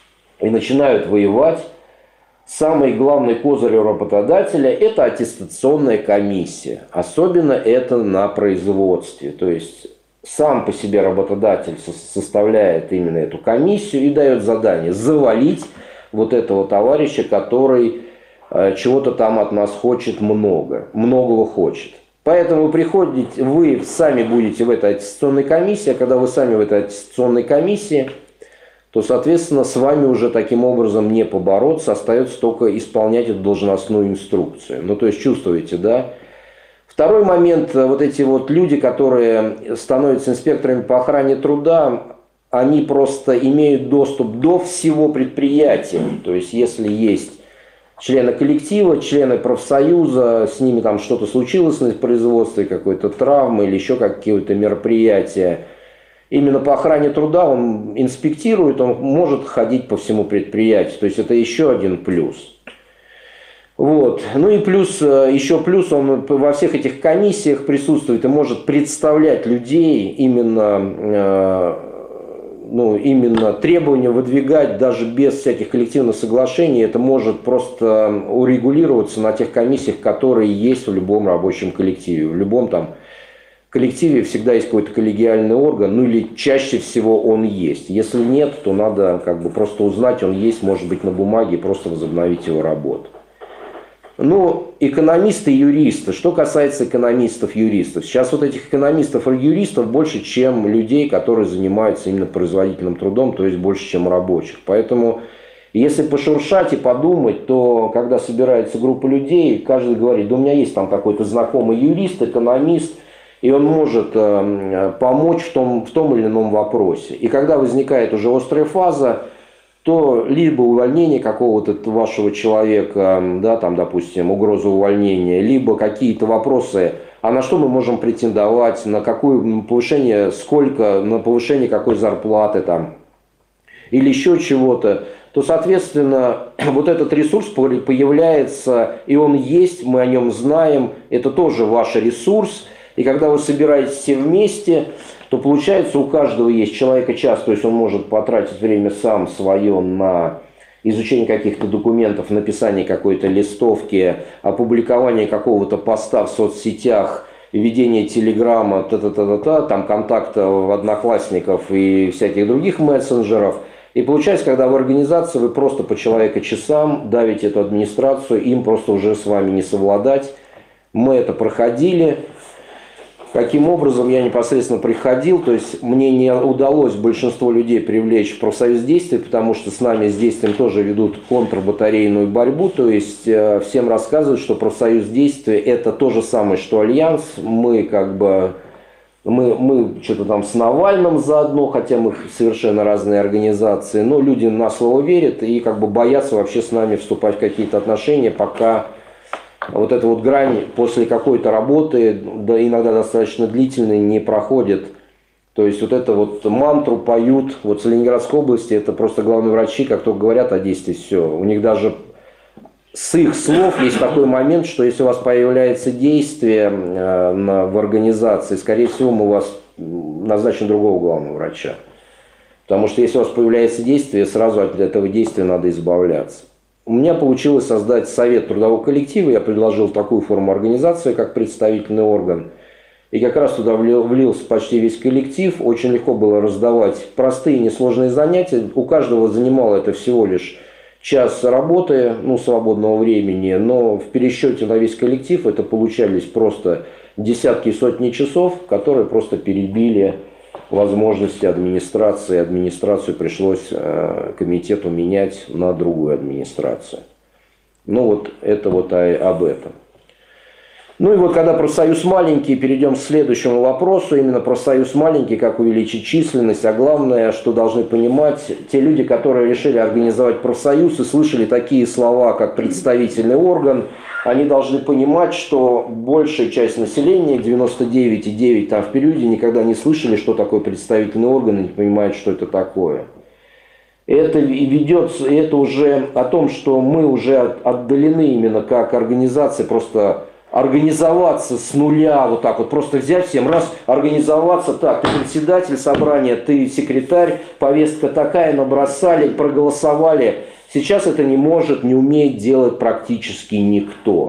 и начинают воевать, самый главный козырь у работодателя – это аттестационная комиссия. Особенно это на производстве. То есть сам по себе работодатель составляет именно эту комиссию и дает задание завалить вот этого товарища, который чего-то там от нас хочет много, многого хочет. Поэтому вы приходите, вы сами будете в этой аттестационной комиссии, а когда вы сами в этой аттестационной комиссии, то, соответственно, с вами уже таким образом не побороться, остается только исполнять эту должностную инструкцию. Ну, то есть, чувствуете, да? Второй момент, вот эти вот люди, которые становятся инспекторами по охране труда, они просто имеют доступ до всего предприятия. То есть, если есть члены коллектива, члены профсоюза, с ними там что-то случилось на производстве, какой-то травмы или еще какие-то мероприятия, именно по охране труда, он инспектирует, он может ходить по всему предприятию. То есть это еще один плюс. Вот. Ну и плюс, еще плюс, он во всех этих комиссиях присутствует и может представлять людей, именно, ну, именно требования выдвигать даже без всяких коллективных соглашений. Это может просто урегулироваться на тех комиссиях, которые есть в любом рабочем коллективе. В любом там коллективе всегда есть какой-то коллегиальный орган, ну или чаще всего он есть. Если нет, то надо как бы просто узнать, он есть, может быть, на бумаге, и просто возобновить его работу. Ну, экономисты и юристы. Что касается экономистов и юристов. Сейчас вот этих экономистов и юристов больше, чем людей, которые занимаются именно производительным трудом, то есть больше, чем рабочих. Поэтому, если пошуршать и подумать, то когда собирается группа людей, каждый говорит, да у меня есть там какой-то знакомый юрист, экономист, и он может э, помочь в том, в том или ином вопросе. И когда возникает уже острая фаза, то либо увольнение какого-то вашего человека, да, там, допустим, угроза увольнения, либо какие-то вопросы, а на что мы можем претендовать, на какое повышение, сколько, на повышение какой зарплаты там, или еще чего-то, то, соответственно, вот этот ресурс появляется, и он есть, мы о нем знаем, это тоже ваш ресурс. И когда вы собираетесь все вместе, то получается у каждого есть человека-час, то есть он может потратить время сам свое на изучение каких-то документов, написание какой-то листовки, опубликование какого-то поста в соцсетях, ведение телеграмма, та-та-та-та-та, там контактов одноклассников и всяких других мессенджеров. И получается, когда в организации вы просто по человека-часам давите эту администрацию, им просто уже с вами не совладать. Мы это проходили. Каким образом я непосредственно приходил, то есть мне не удалось большинство людей привлечь в профсоюз действий, потому что с нами с действием тоже ведут контрбатарейную борьбу, то есть всем рассказывают, что профсоюз действий это то же самое, что Альянс, мы как бы, мы, мы что-то там с Навальным заодно, хотя мы совершенно разные организации, но люди на слово верят и как бы боятся вообще с нами вступать в какие-то отношения, пока... Вот эта вот грань после какой-то работы, да иногда достаточно длительной, не проходит. То есть вот это вот мантру поют, вот в Ленинградской области, это просто главные врачи, как только говорят о действии, все. У них даже с их слов есть такой момент, что если у вас появляется действие в организации, скорее всего, мы у вас назначим другого главного врача. Потому что если у вас появляется действие, сразу от этого действия надо избавляться. У меня получилось создать совет трудового коллектива, я предложил такую форму организации, как представительный орган. И как раз туда влился почти весь коллектив, очень легко было раздавать простые несложные занятия. У каждого занимало это всего лишь час работы, ну, свободного времени, но в пересчете на весь коллектив это получались просто десятки и сотни часов, которые просто перебили возможности администрации. Администрацию пришлось э, комитету менять на другую администрацию. Ну вот это вот о, об этом. Ну и вот когда профсоюз маленький, перейдем к следующему вопросу. Именно профсоюз маленький, как увеличить численность. А главное, что должны понимать те люди, которые решили организовать профсоюз и слышали такие слова, как представительный орган, они должны понимать, что большая часть населения, девяносто девять и девять там в периоде, никогда не слышали, что такое представительный орган, и не понимают, что это такое. Это и ведется, это уже о том, что мы уже отдалены именно как организация, просто организоваться с нуля, вот так вот, просто взять всем раз, организоваться, так, ты председатель собрания, ты секретарь, повестка такая, набросали, проголосовали. Сейчас это не может, не умеет делать практически никто.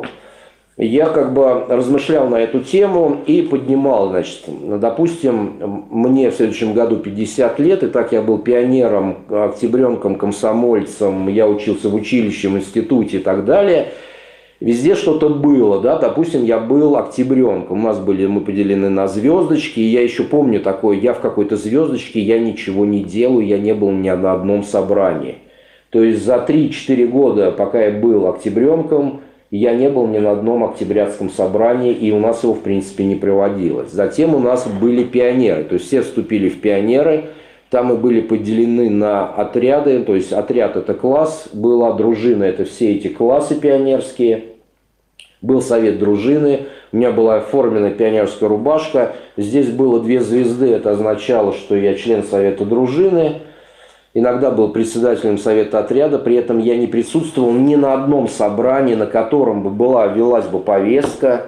Я как бы размышлял на эту тему и поднимал, значит, допустим, мне в следующем году пятьдесят лет, и так я был пионером, октябренком, комсомольцем, я учился в училище, в институте и так далее. Везде что-то было, да, допустим, я был октябренком, у нас были, мы поделены на звездочки, и я еще помню такое, я в какой-то звездочке, я ничего не делаю, я не был ни на одном собрании. То есть за три-четыре года, пока я был октябренком, я не был ни на одном октябрятском собрании, и у нас его, в принципе, не проводилось. Затем у нас были пионеры, то есть все вступили в пионеры, там мы были поделены на отряды, то есть отряд это класс, была дружина, это все эти классы пионерские. Был совет дружины, у меня была оформлена пионерская рубашка, здесь было две звезды, это означало, что я член совета дружины, иногда был председателем совета отряда, при этом я не присутствовал ни на одном собрании, на котором бы была, велась бы повестка,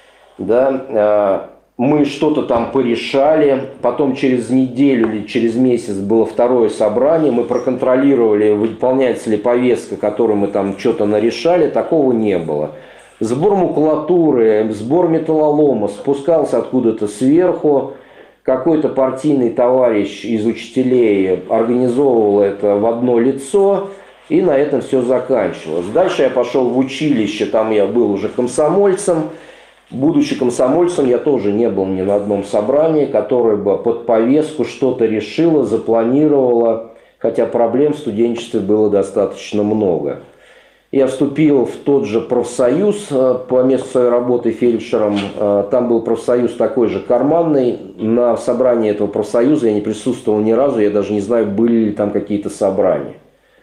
да, мы что-то там порешали, потом через неделю или через месяц было второе собрание, мы проконтролировали, выполняется ли повестка, которую мы там что-то нарешали, такого не было. Сбор макулатуры, сбор металлолома спускался откуда-то сверху, какой-то партийный товарищ из учителей организовывал это в одно лицо, и на этом все заканчивалось. Дальше я пошел в училище, там я был уже комсомольцем. Будучи комсомольцем, я тоже не был ни на одном собрании, которое бы под повестку что-то решило, запланировало, хотя проблем в студенчестве было достаточно много. Я вступил в тот же профсоюз по месту своей работы фельдшером. Там был профсоюз такой же карманный. На собрании этого профсоюза я не присутствовал ни разу, я даже не знаю, были ли там какие-то собрания.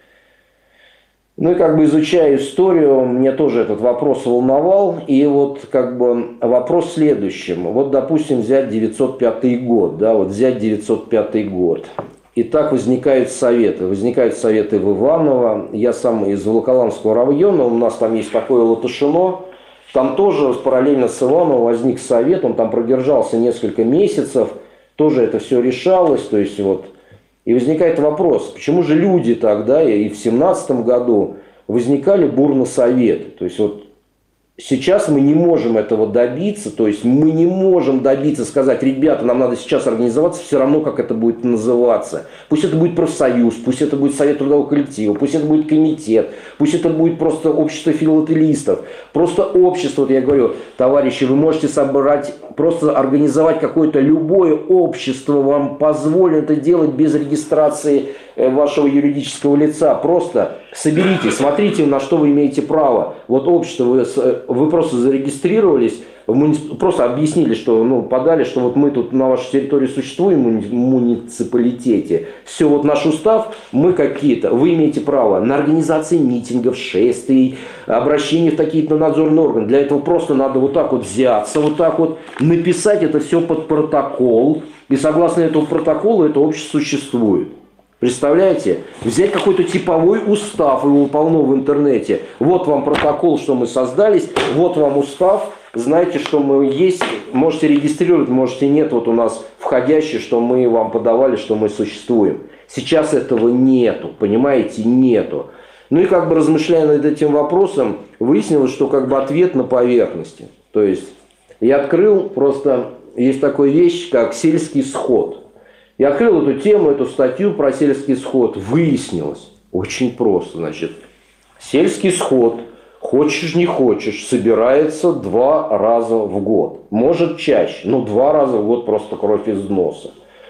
Ну и как бы изучая историю, мне тоже этот вопрос волновал. И вот как бы вопрос в следующем. Вот, допустим, взять девятьсот пятый год. Да, вот взять девятьсот пятый год. И так возникают советы. Возникают советы в Иваново. Я сам из Волоколамского района. У нас там есть такое Латышино. Там тоже параллельно с Иваново возник совет. Он там продержался несколько месяцев. Тоже это все решалось. То есть вот... И возникает вопрос, почему же люди тогда и в семнадцатом году возникали бурно советы? То есть вот сейчас мы не можем этого добиться, то есть мы не можем добиться, сказать, ребята, нам надо сейчас организоваться, все равно как это будет называться. Пусть это будет профсоюз, пусть это будет совет трудового коллектива, пусть это будет комитет, пусть это будет просто общество филателистов, просто общество, вот я говорю, товарищи, вы можете собрать, просто организовать какое-то любое общество, вам позволит это делать без регистрации вашего юридического лица. Просто соберите, смотрите, на что вы имеете право. Вот общество, вы, вы просто зарегистрировались, мы просто объяснили, что, ну, подали, что вот мы тут на вашей территории существуем, в муниципалитете. Все, вот наш устав, мы какие-то. Вы имеете право на организации митингов, шествий, обращения в какие-то надзорные органы. Для этого просто надо вот так вот взяться, вот так вот написать это все под протокол. И согласно этому протоколу это общество существует. Представляете? Взять какой-то типовой устав, его полно в интернете. Вот вам протокол, что мы создались, вот вам устав. Знаете, что мы есть, можете регистрировать, можете нет. Вот у нас входящий, что мы вам подавали, что мы существуем. Сейчас этого нету, понимаете, нету. Ну и как бы размышляя над этим вопросом, выяснилось, что как бы ответ на поверхности. То есть я открыл, просто есть такая вещь, как сельский сход. Я открыл эту тему, эту статью про сельский сход. Выяснилось, очень просто, значит, сельский сход, хочешь не хочешь, собирается два раза в год. Может чаще, но два раза в год просто кровь из носа.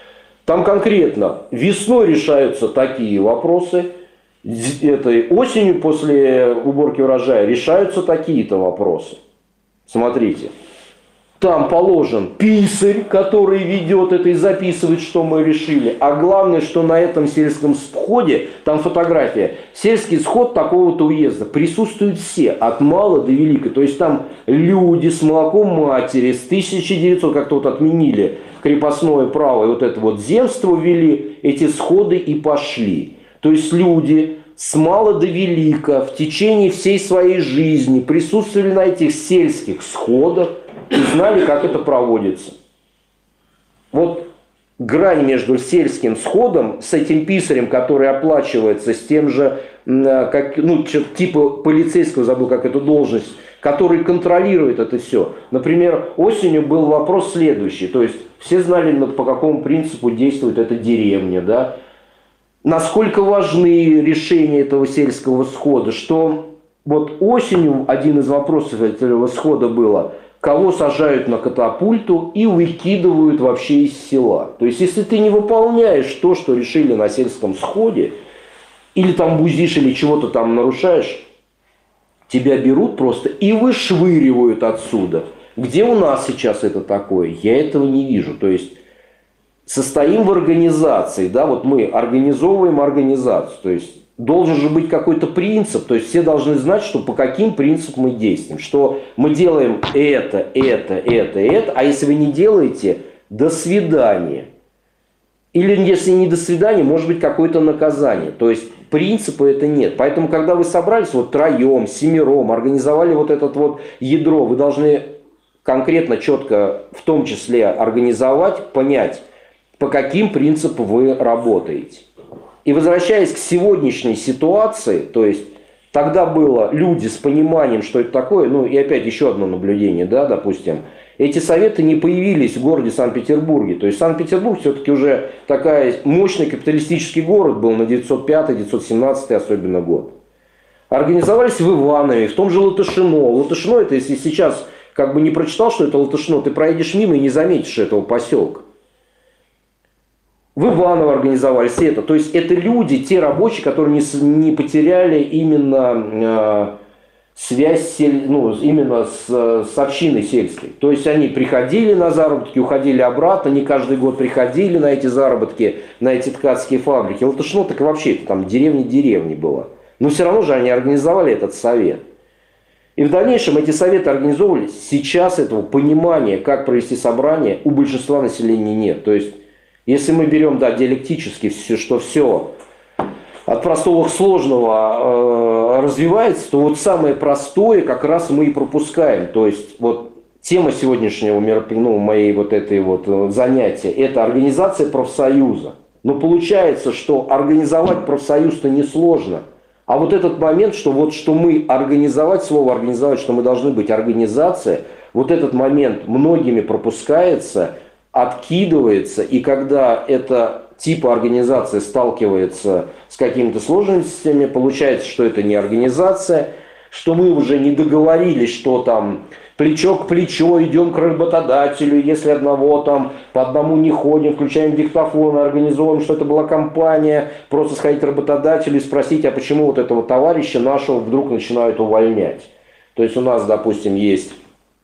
Там конкретно весной решаются такие вопросы, этой осенью после уборки урожая решаются такие-то вопросы. Смотрите. Там положен писарь, который ведет это и записывает, что мы решили. А главное, что на этом сельском сходе, там фотография, сельский сход такого-то уезда. Присутствуют все, от мала до велика. То есть там люди с молоком матери, с тысяча девятисотого, как-то вот отменили крепостное право, и вот это вот земство ввели, эти сходы и пошли. То есть люди с мала до велика в течение всей своей жизни присутствовали на этих сельских сходах, и знали, как это проводится. Вот грань между сельским сходом, с этим писарем, который оплачивается, с тем же, как, ну, типа полицейского, забыл, как эту должность, который контролирует это все. Например, осенью был вопрос следующий. То есть все знали, по какому принципу действует эта деревня, да? Насколько важны решения этого сельского схода, что вот осенью один из вопросов этого схода было, кого сажают на катапульту и выкидывают вообще из села. То есть, если ты не выполняешь то, что решили на сельском сходе, или там бузишь, или чего-то там нарушаешь, тебя берут просто и вышвыривают отсюда. Где у нас сейчас это такое? Я этого не вижу. То есть, состоим в организации, да, вот мы организовываем организацию. То есть, должен же быть какой-то принцип, то есть все должны знать, что по каким принципам мы действуем, что мы делаем это, это, это, это, а если вы не делаете, до свидания. Или если не до свидания, может быть какое-то наказание. То есть принципа это нет. Поэтому, когда вы собрались вот троем, семером, организовали вот это вот ядро, вы должны конкретно, четко, в том числе организовать, понять, по каким принципам вы работаете. И возвращаясь к сегодняшней ситуации, то есть тогда было люди с пониманием, что это такое, ну и опять еще одно наблюдение, да, допустим, эти советы не появились в городе Санкт-Петербурге. То есть Санкт-Петербург все-таки уже такой мощный капиталистический город был на девятьсот пятый — девятьсот семнадцатый особенно год. Организовались в Иванове, в том же Латышино. Латышино это, если сейчас как бы не прочитал, что это Латышино, ты проедешь мимо и не заметишь этого поселка. В Иваново организовались это. То есть это люди, те рабочие, которые не, не потеряли именно э, связь ну, именно с, с общиной сельской. То есть они приходили на заработки, уходили обратно, не каждый год приходили на эти заработки, на эти ткацкие фабрики. Латышино так и вообще это там деревня-деревни было. Но все равно же они организовали этот совет. И в дальнейшем эти советы организовывались. Сейчас этого понимания, как провести собрание, у большинства населения нет. То есть если мы берем, да, диалектически, все, что все от простого к сложного э, развивается, то вот самое простое как раз мы и пропускаем. То есть вот тема сегодняшнего мероприятия, ну, моей вот этой вот занятия, это организация профсоюза. Но получается, что организовать профсоюз-то несложно. А вот этот момент, что вот что мы организовать, слово организовать, что мы должны быть организация, вот этот момент многими пропускается, откидывается, и когда это типа организации сталкивается с какими-то сложностями, получается, что это не организация, что мы уже не договорились, что там плечо к плечу идем к работодателю, если одного там по одному не ходим, включаем диктофон, организуем, что это была компания, просто сходить к работодателю и спросить, а почему вот этого товарища нашего вдруг начинают увольнять. То есть у нас, допустим, есть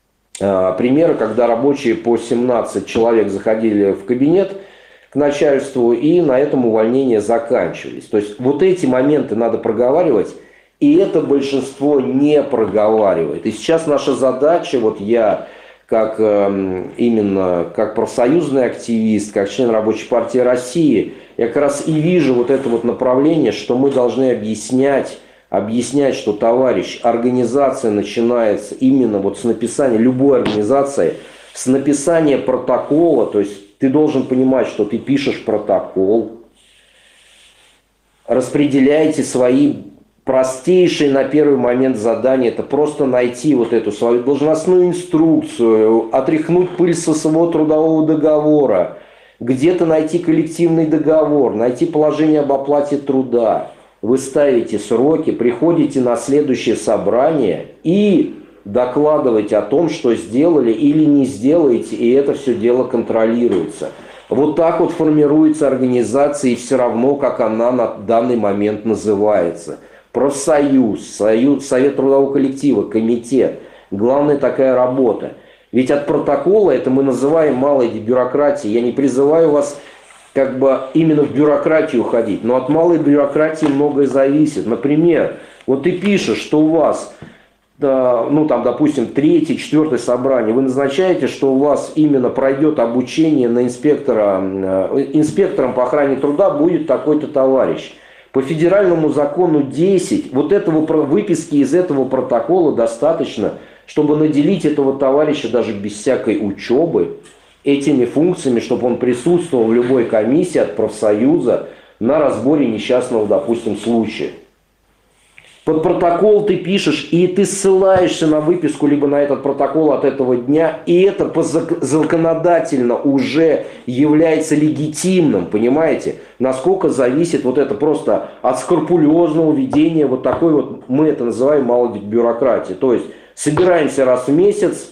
примеры, когда рабочие по семнадцать человек заходили в кабинет к начальству, и на этом увольнения заканчивались. То есть вот эти моменты надо проговаривать, и это большинство не проговаривает. И сейчас наша задача, вот я как именно как профсоюзный активист, как член Рабочей партии России, я как раз и вижу вот это вот направление, что мы должны объяснять, объяснять, что, товарищ, организация начинается именно вот с написания любой организации, с написания протокола, то есть ты должен понимать, что ты пишешь протокол, распределяете свои простейшие на первый момент задания, это просто найти вот эту свою должностную инструкцию, отряхнуть пыль со своего трудового договора, где-то найти коллективный договор, найти положение об оплате труда. Вы ставите сроки, приходите на следующее собрание и докладываете о том, что сделали или не сделаете, и это все дело контролируется. Вот так вот формируется организация, и все равно, как она на данный момент называется. Профсоюз, союз, совет трудового коллектива, комитет. Главная такая работа. Ведь от протокола, это мы называем малой бюрократией, я не призываю вас как бы именно в бюрократию ходить. Но от малой бюрократии многое зависит. Например, вот ты пишешь, что у вас, ну там, допустим, третье, четвертое собрание, вы назначаете, что у вас именно пройдет обучение на инспектора, инспектором по охране труда будет такой-то товарищ. По федеральному закону десять, вот этого выписки из этого протокола достаточно, чтобы наделить этого товарища даже без всякой учебы этими функциями, чтобы он присутствовал в любой комиссии от профсоюза на разборе несчастного, допустим, случая. Под протокол ты пишешь, и ты ссылаешься на выписку, либо на этот протокол от этого дня, и это законодательно уже является легитимным, понимаете? Насколько зависит вот это просто от скрупулезного ведения вот такой вот, мы это называем малой бюрократией. То есть собираемся раз в месяц,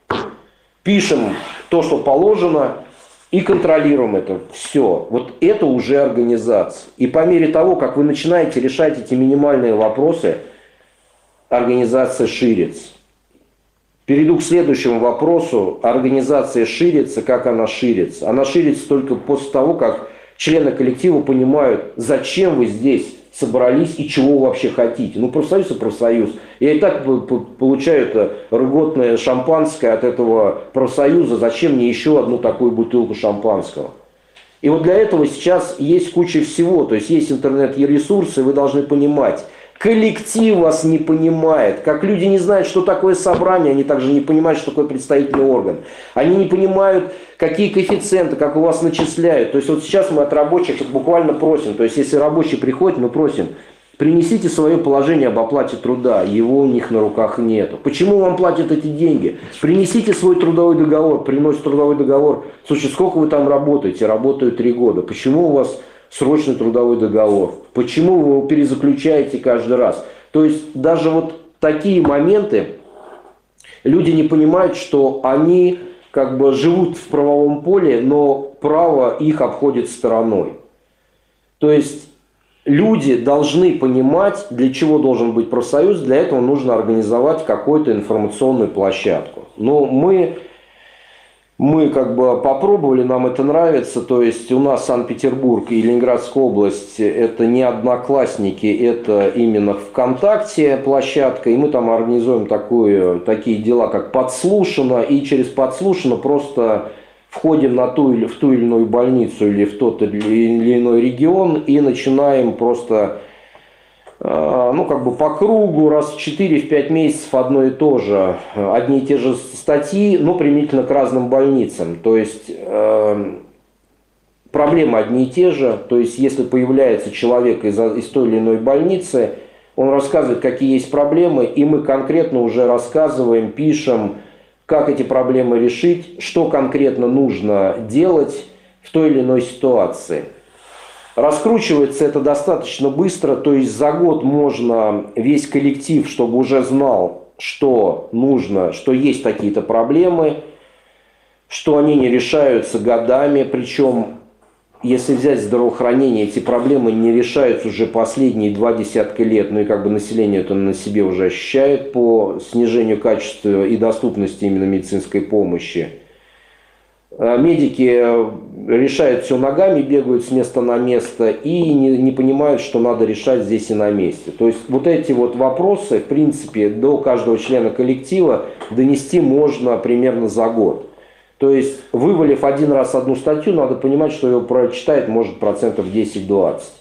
пишем то, что положено, и контролируем это. Все. Вот это уже организация. И по мере того, как вы начинаете решать эти минимальные вопросы, организация ширится. Перейду к следующему вопросу. Организация ширится. Как она ширится? Она ширится только после того, как члены коллектива понимают, зачем вы здесь собрались и чего вы вообще хотите. Ну, профсоюз и профсоюз. Я и так получаю это рыготное шампанское от этого профсоюза. Зачем мне еще одну такую бутылку шампанского? И вот для этого сейчас есть куча всего. То есть есть интернет-ресурсы, вы должны понимать. Коллектив вас не понимает. Как люди не знают, что такое собрание, они также не понимают, что такое представительный орган. Они не понимают, какие коэффициенты, как у вас начисляют. То есть вот сейчас мы от рабочих буквально просим. То есть если рабочий приходит, мы просим, принесите свое положение об оплате труда. Его у них на руках нету. Почему вам платят эти деньги? Принесите свой трудовой договор. Приносит трудовой договор. Слушай, сколько вы там работаете? Работаю три года. Почему у вас срочный трудовой договор? Почему вы его перезаключаете каждый раз? То есть даже вот такие моменты люди не понимают, что они как бы живут в правовом поле, но право их обходит стороной. То есть люди должны понимать, для чего должен быть профсоюз. Для этого нужно организовать какую-то информационную площадку. Но мы... Мы как бы попробовали, нам это нравится, то есть у нас Санкт-Петербург и Ленинградская область это не одноклассники, это именно ВКонтакте площадка, и мы там организуем такую, такие дела, как подслушано, и через подслушано просто входим на ту, в ту или иную больницу или в тот или иной регион и начинаем просто... Ну, как бы по кругу, раз в четыре-пять месяцев одно и то же, одни и те же статьи, но применительно к разным больницам. То есть э, проблемы одни и те же. То есть если появляется человек из, из той или иной больницы, он рассказывает, какие есть проблемы, и мы конкретно уже рассказываем, пишем, как эти проблемы решить, что конкретно нужно делать в той или иной ситуации. Раскручивается это достаточно быстро, то есть за год можно весь коллектив, чтобы уже знал, что нужно, что есть какие-то проблемы, что они не решаются годами, причем, если взять здравоохранение, эти проблемы не решаются уже последние два десятка лет, ну и как бы население это на себе уже ощущает по снижению качества и доступности именно медицинской помощи. Медики решают все ногами, бегают с места на место и не, не понимают, что надо решать здесь и на месте. То есть вот эти вот вопросы, в принципе, до каждого члена коллектива донести можно примерно за год. То есть, вывалив один раз одну статью, надо понимать, что его прочитает, может, процентов десять-двадцать.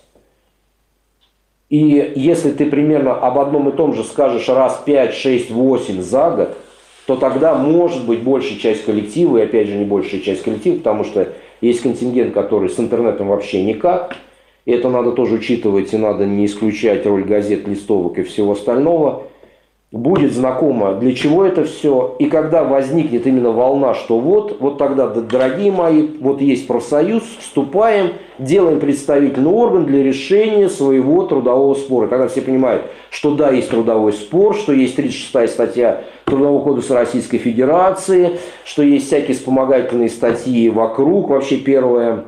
И если ты примерно об одном и том же скажешь раз пять, шесть, восемь за год, то тогда может быть большая часть коллектива, и опять же не большая часть коллектива, потому что есть контингент, который с интернетом вообще никак. И это надо тоже учитывать, и надо не исключать роль газет, листовок и всего остального. Будет знакомо, для чего это все. И когда возникнет именно волна, что вот, вот тогда, дорогие мои, вот есть профсоюз, вступаем, делаем представительный орган для решения своего трудового спора. Когда все понимают, что да, есть трудовой спор, что есть тридцать шестая статья Трудового кодекса Российской Федерации, что есть всякие вспомогательные статьи вокруг, вообще первая,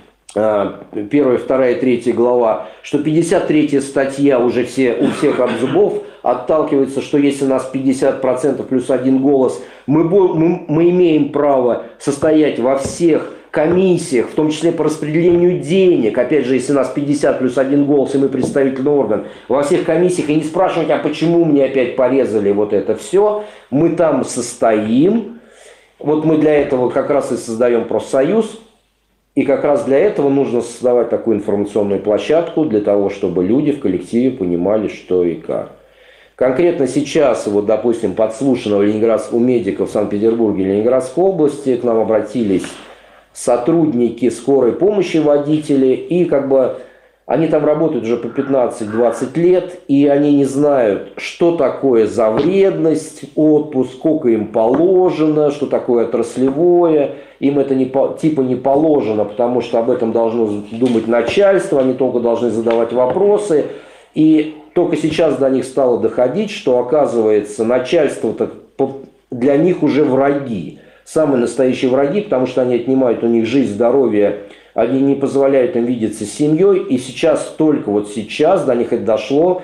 первая, вторая, третья глава, что пятьдесят третья статья уже все, у всех от зубов отталкивается, что если у нас пятьдесят процентов плюс один голос, мы, мы, мы имеем право состоять во всех комиссиях, в том числе по распределению денег, опять же, если у нас пятьдесят плюс один голос, и мы представительный орган, во всех комиссиях, и не спрашивать, а почему мне опять порезали вот это все, мы там состоим, вот мы для этого как раз и создаем профсоюз, и как раз для этого нужно создавать такую информационную площадку, для того, чтобы люди в коллективе понимали, что и как. Конкретно сейчас, вот, допустим, подслушано у, Ленинград... у медиков в Санкт-Петербурге и Ленинградской области, к нам обратились сотрудники скорой помощи, водители, и как бы они там работают уже по пятнадцать-двадцать лет, и они не знают, что такое за вредность, отпуск, сколько им положено, что такое отраслевое, им это не, типа не положено, потому что об этом должно думать начальство, они только должны задавать вопросы, и только сейчас до них стало доходить, что оказывается начальство для них уже враги. Самые настоящие враги, потому что они отнимают у них жизнь, здоровье, они не позволяют им видеться с семьей. И сейчас, только вот сейчас до них это дошло,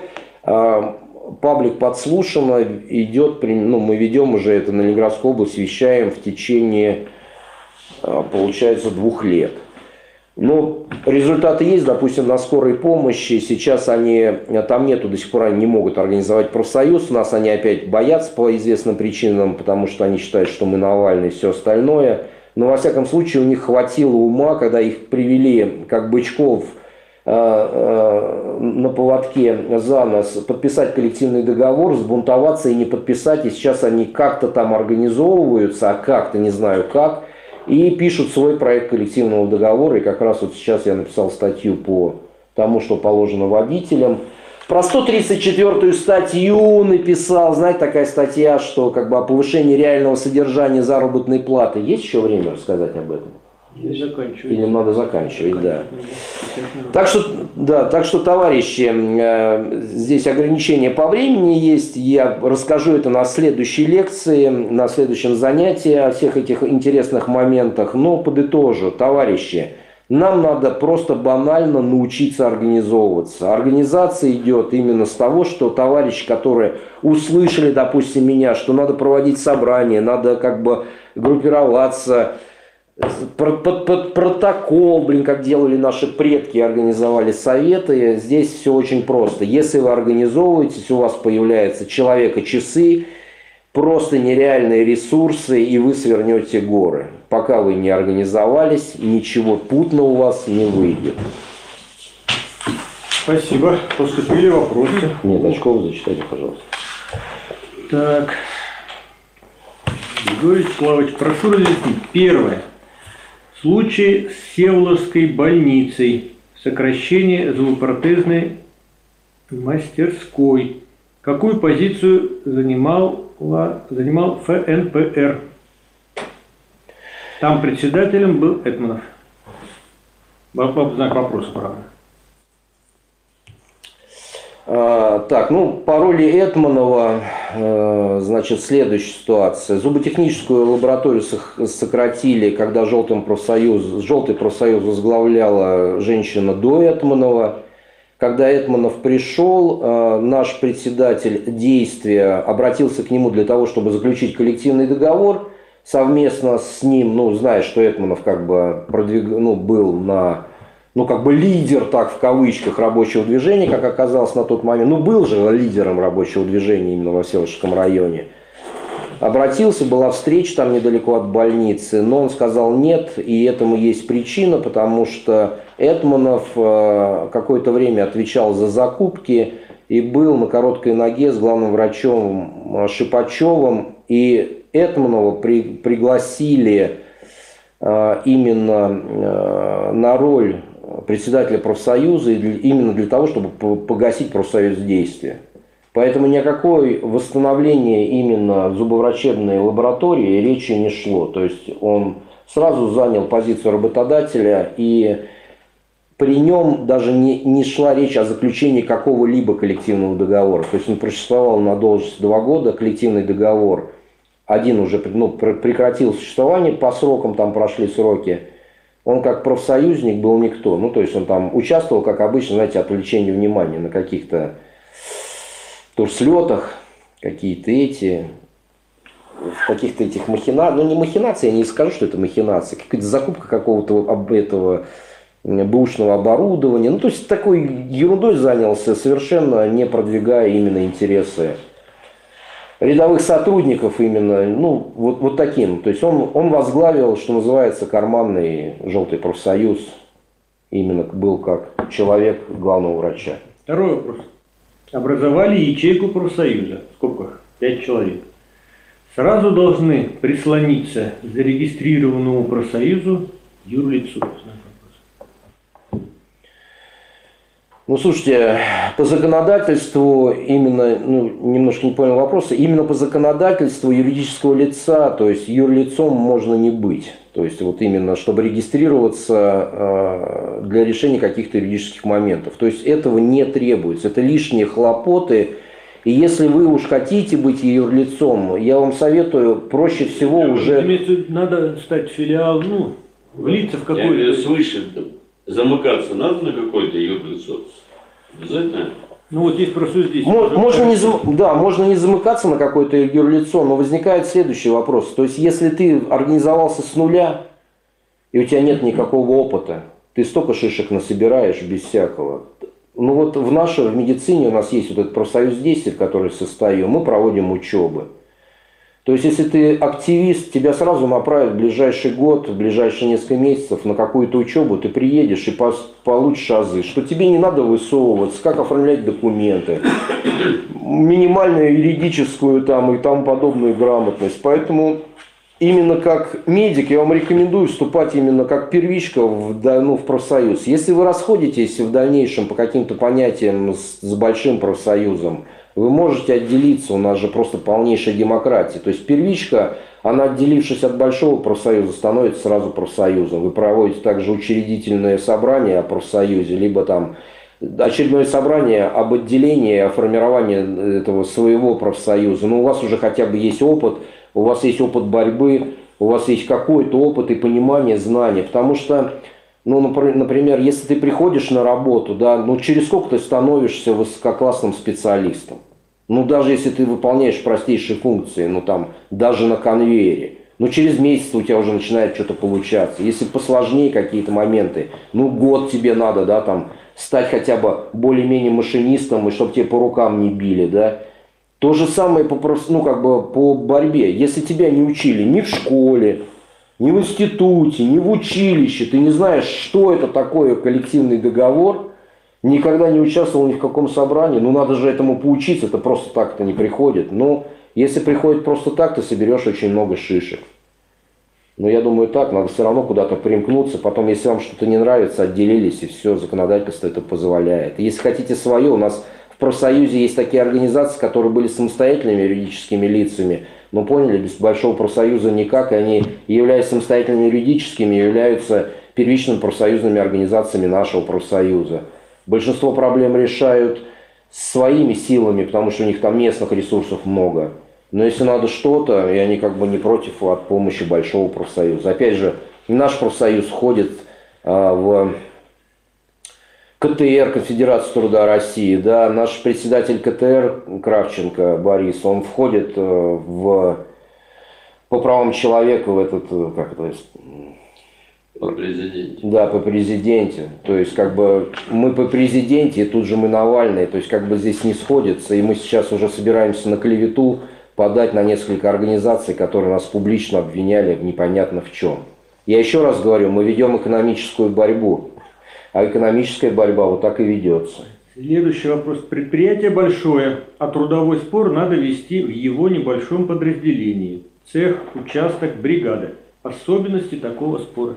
паблик подслушано, идет, ну, мы ведем уже это на Ленинградскую область, вещаем в течение, получается, двух лет. Но результаты есть, допустим, на скорой помощи. Сейчас они, там нету, до сих пор они не могут организовать профсоюз. У нас они опять боятся по известным причинам, потому что они считают, что мы Навальный и все остальное. Но, во всяком случае, у них хватило ума, когда их привели, как бычков, на поводке за нос, подписать коллективный договор, сбунтоваться и не подписать. И сейчас они как-то там организовываются, а как-то не знаю как, и пишут свой проект коллективного договора. И как раз вот сейчас я написал статью по тому, что положено водителям. Про сто тридцать четвёртую статью написал, знаете, такая статья, что как бы о повышении реального содержания заработной платы. Есть еще время рассказать об этом? Или надо заканчивать, да. Так что, да, так что, товарищи, здесь ограничения по времени есть. Я расскажу это на следующей лекции, на следующем занятии о всех этих интересных моментах. Но подытожу, товарищи, нам надо просто банально научиться организовываться. Организация идет именно с того, что товарищи, которые услышали, допустим, меня, что надо проводить собрания, надо как бы группироваться, Под, под, под протокол, блин, как делали наши предки, организовали советы. Здесь все очень просто. Если вы организовываетесь, у вас появляются человека-часы, просто нереальные ресурсы, и вы свернете горы. Пока вы не организовались, ничего путного у вас не выйдет. Спасибо. Поступили вопросы. Нет, Очков зачитайте, пожалуйста. Так. Григорий Славович, прошу разъяснить. Первое. Случай с Всеволожской больницей. Сокращение зубопротезной мастерской. Какую позицию занимал, занимал эф эн пэ эр? Там председателем был Этманов. Знак вопроса, правда. А, так, ну, по роли Этманова, э, значит, следующая ситуация. Зуботехническую лабораторию сократили, когда желтым профсоюз, желтый профсоюз возглавляла женщина до Этманова. Когда Этманов пришел, э, наш председатель действия обратился к нему для того, чтобы заключить коллективный договор. Совместно с ним, ну, зная, что Этманов как бы продвиг... ну, был на... ну, как бы лидер, так, в кавычках, рабочего движения, как оказалось на тот момент. Ну, был же лидером рабочего движения именно во Всеволожском районе. Обратился, была встреча там недалеко от больницы, но он сказал нет, и этому есть причина, потому что Этманов какое-то время отвечал за закупки и был на короткой ноге с главным врачом Шипачевым, и Этманова при, пригласили именно на роль председателя профсоюза именно для того, чтобы погасить профсоюз действия. Поэтому ни о какой восстановлении именно зубоврачебной лаборатории речи не шло. То есть он сразу занял позицию работодателя, и при нем даже не, не шла речь о заключении какого-либо коллективного договора. То есть он просуществовал на должности два года, коллективный договор один уже ну, прекратил существование, по срокам там прошли сроки. Он как профсоюзник был никто. Ну, то есть он там участвовал, как обычно, знаете, отвлечение внимания на каких-то турслетах, какие-то эти, в каких-то этих махинациях. Ну, не махинации, я не скажу, что это махинации. Какая-то закупка какого-то этого бэушного оборудования. Ну, то есть такой ерундой занялся, совершенно не продвигая именно интересы рядовых сотрудников именно, ну, вот, вот таким. То есть он, он возглавил, что называется, карманный желтый профсоюз. Именно был как человек главного врача. Второй вопрос. Образовали ячейку профсоюза, в скобках, пять человек. Сразу должны прислониться к зарегистрированному профсоюзу юрлицу. Ну, слушайте, по законодательству именно, ну, немножко не понял вопроса, именно по законодательству юридического лица, то есть юрлицом можно не быть. То есть вот именно, чтобы регистрироваться э, для решения каких-то юридических моментов. То есть этого не требуется, это лишние хлопоты. И если вы уж хотите быть юрлицом, я вам советую проще всего да, уже... Надо стать филиал, ну, влиться в какой-то... Я слышу, замыкаться надо на какое-то юрлицо? Обязательно? Ну вот здесь просто здесь. Можно, можно не зам... Да, можно не замыкаться на какое-то юрлицо, но возникает следующий вопрос. То есть, если ты организовался с нуля, и у тебя нет никакого опыта, ты столько шишек насобираешь без всякого. Ну вот в нашей, в медицине у нас есть вот этот профсоюз десять, в который состою, мы проводим учебы. То есть, если ты активист, тебя сразу направят в ближайший год, в ближайшие несколько месяцев на какую-то учебу, ты приедешь и получишь азы, что тебе не надо высовываться, как оформлять документы, минимальную юридическую там и тому подобную грамотность. Поэтому именно как медик я вам рекомендую вступать именно как первичка в, ну, в профсоюз. Если вы расходитесь в дальнейшем по каким-то понятиям с, с большим профсоюзом, вы можете отделиться, у нас же просто полнейшая демократия. То есть первичка, она, отделившись от большого профсоюза, становится сразу профсоюзом. Вы проводите также учредительное собрание о профсоюзе, либо там очередное собрание об отделении, о формировании этого своего профсоюза. Но у вас уже хотя бы есть опыт, у вас есть опыт борьбы, у вас есть какой-то опыт и понимание, знания. Потому что, ну, например, если ты приходишь на работу, да, ну, через сколько ты становишься высококлассным специалистом? Ну, даже если ты выполняешь простейшие функции, ну, там, даже на конвейере, ну, через месяц у тебя уже начинает что-то получаться. Если посложнее какие-то моменты, ну, год тебе надо, да, там, стать хотя бы более-менее машинистом, и чтобы тебе по рукам не били, да. То же самое по, ну, как бы по борьбе. Если тебя не учили ни в школе, ни в институте, ни в училище, ты не знаешь, что это такое коллективный договор, никогда не участвовал ни в каком собрании, ну надо же этому поучиться, это просто так-то не приходит. Но если приходит просто так, ты соберешь очень много шишек. Но я думаю так, надо все равно куда-то примкнуться, потом если вам что-то не нравится, отделились и все, законодательство это позволяет. И если хотите свое, у нас в профсоюзе есть такие организации, которые были самостоятельными юридическими лицами, но поняли, без большого профсоюза никак, и они, являясь самостоятельными юридическими, являются первичными профсоюзными организациями нашего профсоюза. Большинство проблем решают своими силами, потому что у них там местных ресурсов много. Но если надо что-то, и они как бы не против от помощи большого профсоюза. Опять же, наш профсоюз входит а, в ка тэ эр, Конфедерацию труда России. Да, наш председатель ка тэ эр Кравченко Борис, он входит в, по правам человека в этот, как это, по президенте. Да, по президенте. То есть, как бы, мы по президенте, и тут же мы Навальный. То есть, как бы, здесь не сходится. И мы сейчас уже собираемся на клевету подать на несколько организаций, которые нас публично обвиняли в непонятно в чем. Я еще раз говорю, мы ведем экономическую борьбу. А экономическая борьба вот так и ведется. Следующий вопрос. Предприятие большое, а трудовой спор надо вести в его небольшом подразделении. Цех, участок, бригада. Особенности такого спора.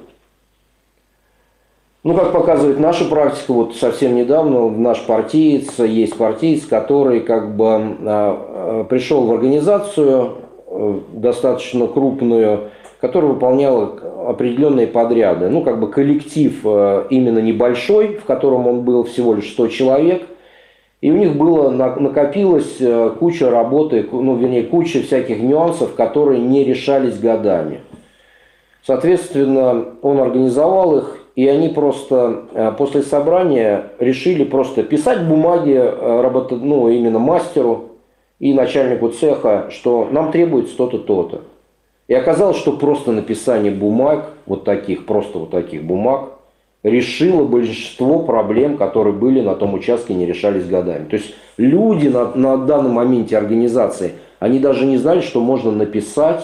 Ну, как показывает наша практика, вот совсем недавно наш партиец, есть партиец, который как бы э, пришел в организацию э, достаточно крупную, которая выполняла определенные подряды. Ну, как бы коллектив э, именно небольшой, в котором он был всего лишь сто человек, и у них было, накопилась э, куча работы, ну, вернее, куча всяких нюансов, которые не решались годами. Соответственно, он организовал их, и они просто после собрания решили просто писать бумаги работа, ну, именно мастеру и начальнику цеха, что нам требуется то-то, то-то. И оказалось, что просто написание бумаг, вот таких, просто вот таких бумаг, решило большинство проблем, которые были на том участке, не решались годами. То есть люди на, на данном моменте организации, они даже не знали, что можно написать,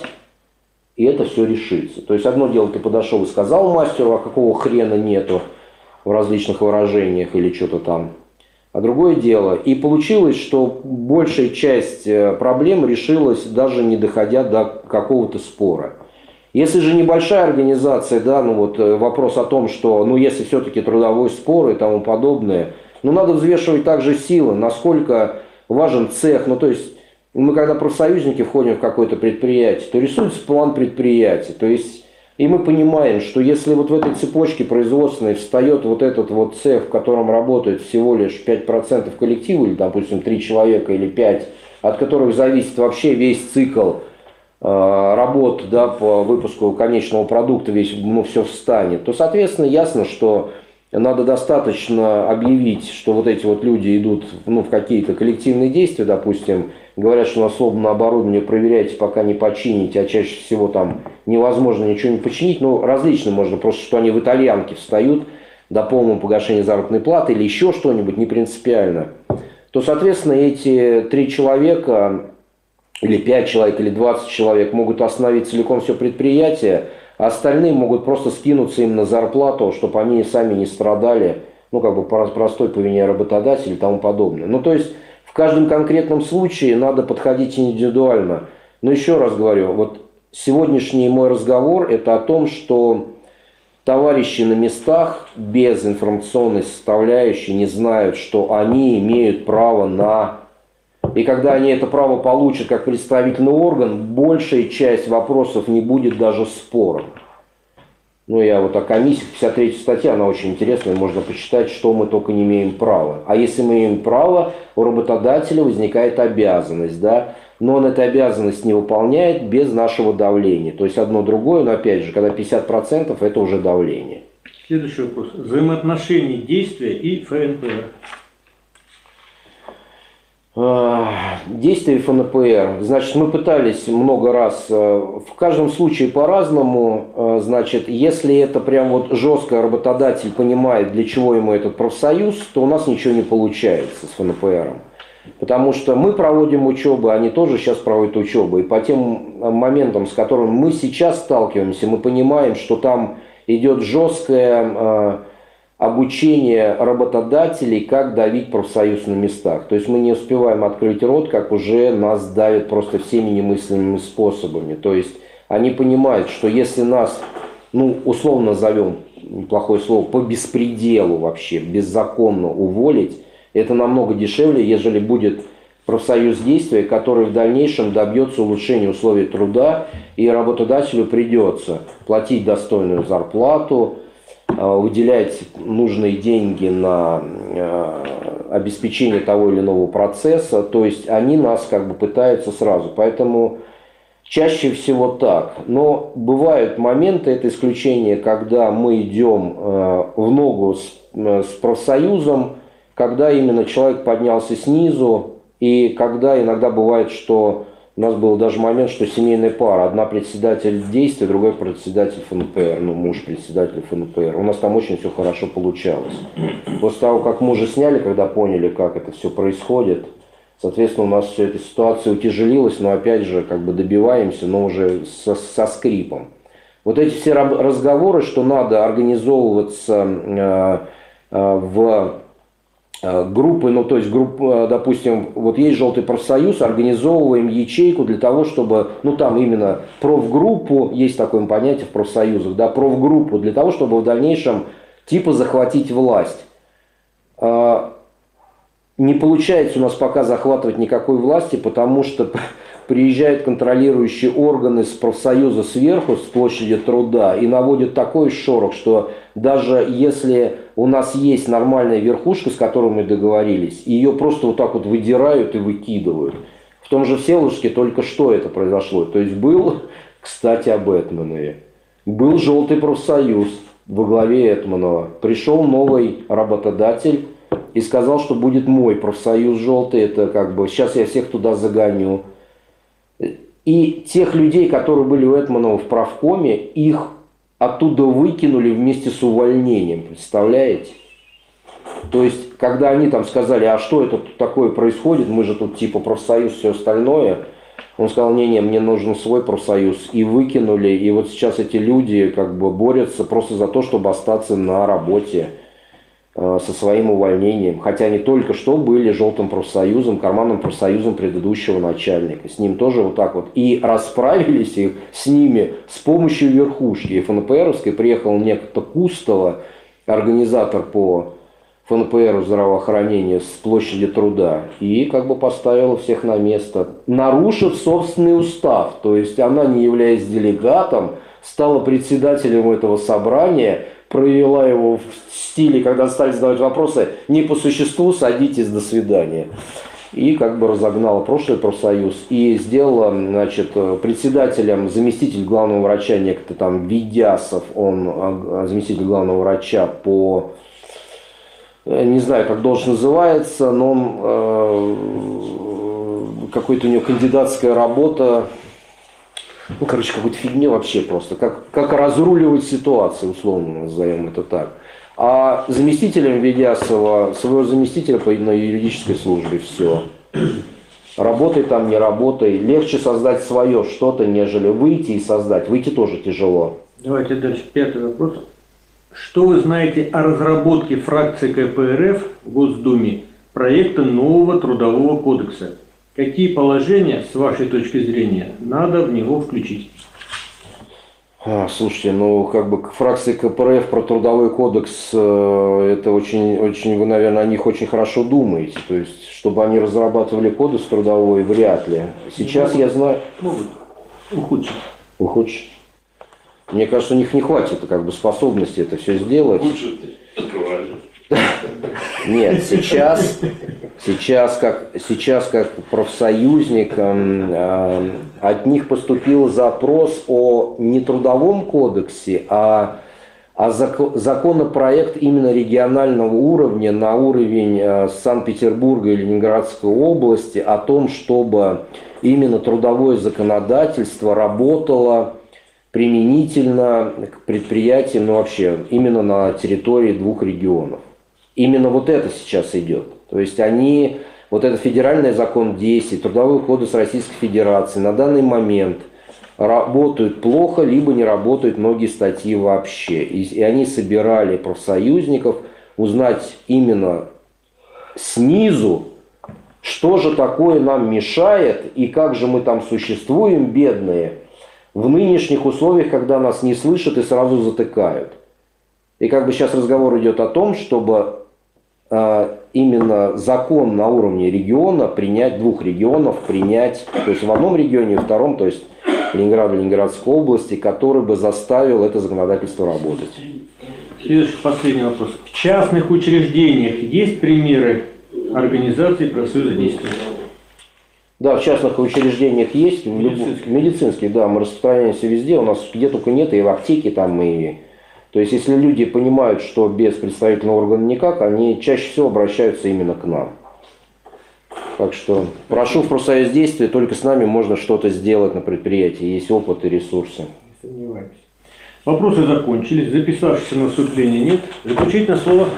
и это все решится. То есть одно дело, ты подошел и сказал мастеру, а какого хрена нету в различных выражениях или что-то там. А другое дело. И получилось, что большая часть проблем решилась, даже не доходя до какого-то спора. Если же небольшая организация, да, ну вот вопрос о том, что, ну если все-таки трудовой спор и тому подобное, ну надо взвешивать также силы, насколько важен цех, ну то есть мы когда профсоюзники входим в какое-то предприятие, то рисуется план предприятия. То есть, и мы понимаем, что если вот в этой цепочке производственной встает вот этот вот цех, в котором работает всего лишь пять процентов коллектива, или, допустим, три человека или пять, от которых зависит вообще весь цикл э, работ, да, по выпуску конечного продукта, весь, ну, все встанет, то, соответственно, ясно, что надо достаточно объявить, что вот эти вот люди идут, ну, в какие-то коллективные действия, допустим, говорят, что на сломанное оборудование проверяйте, пока не почините, а чаще всего там невозможно ничего не починить. Ну, различно можно, просто что они в итальянке встают, до полного погашения заработной платы или еще что-нибудь, не принципиально, то, соответственно, эти три человека, или пять человек, или двадцать человек могут остановить целиком все предприятие, а остальные могут просто скинуться им на зарплату, чтобы они сами не страдали, ну, как бы простой по вине работодателя и тому подобное. Ну, то есть, в каждом конкретном случае надо подходить индивидуально. Но еще раз говорю, вот сегодняшний мой разговор – это о том, что товарищи на местах без информационной составляющей не знают, что они имеют право на... И когда они это право получат как представительный орган, большая часть вопросов не будет даже спором. Ну, я вот о комиссии, пятьдесят третья статья, она очень интересная, можно почитать, что мы только не имеем права. А если мы имеем право, у работодателя возникает обязанность, да, но он эту обязанность не выполняет без нашего давления. То есть одно другое, но опять же, когда пятьдесят процентов это уже давление. Следующий вопрос. Взаимоотношения действия и ФНПР. Действия эф эн пэ эр. Значит, мы пытались много раз, в каждом случае по-разному. Значит, если это прям вот жестко работодатель понимает, для чего ему этот профсоюз, то у нас ничего не получается с эф эн пэ эром. Потому что мы проводим учебу, они тоже сейчас проводят учебу. И по тем моментам, с которыми мы сейчас сталкиваемся, мы понимаем, что там идет жесткое обучение работодателей, как давить профсоюз на местах. То есть мы не успеваем открыть рот, как уже нас давят просто всеми немыслимыми способами. То есть они понимают, что если нас, ну, условно назовем, неплохое слово, по беспределу вообще, беззаконно уволить, это намного дешевле, ежели будет профсоюз действия, который в дальнейшем добьется улучшения условий труда, и работодателю придется платить достойную зарплату, выделять нужные деньги на обеспечение того или иного процесса. То есть они нас как бы пытаются сразу. Поэтому чаще всего так. Но бывают моменты, это исключение, когда мы идем в ногу с, с профсоюзом, когда именно человек поднялся снизу, и когда иногда бывает, что у нас был даже момент, что семейная пара, одна председатель действия, другой председатель эф эн пэ эр, ну, муж председатель эф эн пэ эр. У нас там очень все хорошо получалось. После того, как мужа сняли, когда поняли, как это все происходит, соответственно, у нас вся эта ситуация утяжелилась, но опять же, как бы добиваемся, но уже со, со скрипом. Вот эти все разговоры, что надо организовываться э, э, в группы, ну то есть группа, допустим, вот есть желтый профсоюз, организовываем ячейку для того, чтобы, ну там именно профгруппу, есть такое понятие в профсоюзах, да, профгруппу, для того, чтобы в дальнейшем типа захватить власть. Не получается у нас пока захватывать никакой власти, потому что приезжают контролирующие органы с профсоюза сверху, с площади труда, и наводят такой шорох, что даже если у нас есть нормальная верхушка, с которой мы договорились, ее просто вот так вот выдирают и выкидывают. В том же Всеволожске только что это произошло. То есть был, кстати, об Этманове, был желтый профсоюз во главе Этманова. Пришел новый работодатель и сказал, что будет мой профсоюз желтый, это как бы сейчас я всех туда загоню. И тех людей, которые были у Этманова в правкоме, их оттуда выкинули вместе с увольнением, представляете? То есть, когда они там сказали, а что это такое происходит, мы же тут типа профсоюз, все остальное, он сказал, не-не, мне нужен свой профсоюз, и выкинули, и вот сейчас эти люди как бы борются просто за то, чтобы остаться на работе э, со своим увольнением, хотя они только что были желтым профсоюзом, карманным профсоюзом предыдущего начальника, с ним тоже вот так вот, и расправились их с ними с помощью верхушки эф эн пэ эровской, приехал некто Кустова, организатор по эф эн пэ эру здравоохранения с площади труда, и как бы поставила всех на место, нарушив собственный устав. То есть она, не являясь делегатом, стала председателем этого собрания, провела его в стиле, когда стали задавать вопросы, не по существу, садитесь, до свидания. И как бы разогнала прошлый профсоюз и сделала, значит, председателем заместитель главного врача, некто там Ведясов, он заместитель главного врача по... Не знаю, как должность называется, но он, э, какой-то у него кандидатская работа, ну, короче, какой-то фигня вообще просто, как, как разруливать ситуацию, условно назовем это так. А заместителем Ведясова, своего заместителя по на юридической службе, все. Работай там, не работай. Легче создать свое что-то, нежели выйти и создать. Выйти тоже тяжело. Давайте дальше. Пятый вопрос. Что вы знаете о разработке фракции ка пэ эр эф в Госдуме проекта нового трудового кодекса? Какие положения, с вашей точки зрения, надо в него включить? А, слушайте, ну как бы фракции ка пэ эр эф про трудовой кодекс, э, это очень, очень, вы, наверное, о них очень хорошо думаете. То есть, чтобы они разрабатывали кодекс трудовой, вряд ли. Сейчас могут, я знаю... Могут ухудшить. Ухудшить. Мне кажется, у них не хватит как бы способности это все сделать. Лучше ты открываешь. Нет, сейчас, сейчас, как, сейчас как профсоюзник э, э, от них поступил запрос о не трудовом кодексе, а, а зак, законопроект именно регионального уровня на уровень э, Санкт-Петербурга и Ленинградской области о том, чтобы именно трудовое законодательство работало применительно к предприятиям, ну вообще, именно на территории двух регионов. Именно вот это сейчас идет. То есть они, вот этот федеральный закон десять, Трудовой кодекс Российской Федерации на данный момент работают плохо, либо не работают многие статьи вообще. И, и они собирали профсоюзников узнать именно снизу, что же такое нам мешает и как же мы там существуем, бедные, в нынешних условиях, когда нас не слышат и сразу затыкают. И как бы сейчас разговор идет о том, чтобы э, именно закон на уровне региона принять, двух регионов принять, то есть в одном регионе и в втором, то есть Ленинграда, Ленинградской области, который бы заставил это законодательство работать. Следующий, последний вопрос. В частных учреждениях есть примеры организации профсоюза действия? Да, в частных учреждениях есть, медицинских, медицинских, да, мы распространяемся везде, у нас где только нет, и в аптеке там, и... То есть, если люди понимают, что без представительного органа никак, они чаще всего обращаются именно к нам. Так что прошу в профсоюз действия, только с нами можно что-то сделать на предприятии, есть опыт и ресурсы. Не сомневаюсь. Вопросы закончились, записавшихся на вступление нет. Заключительное слово.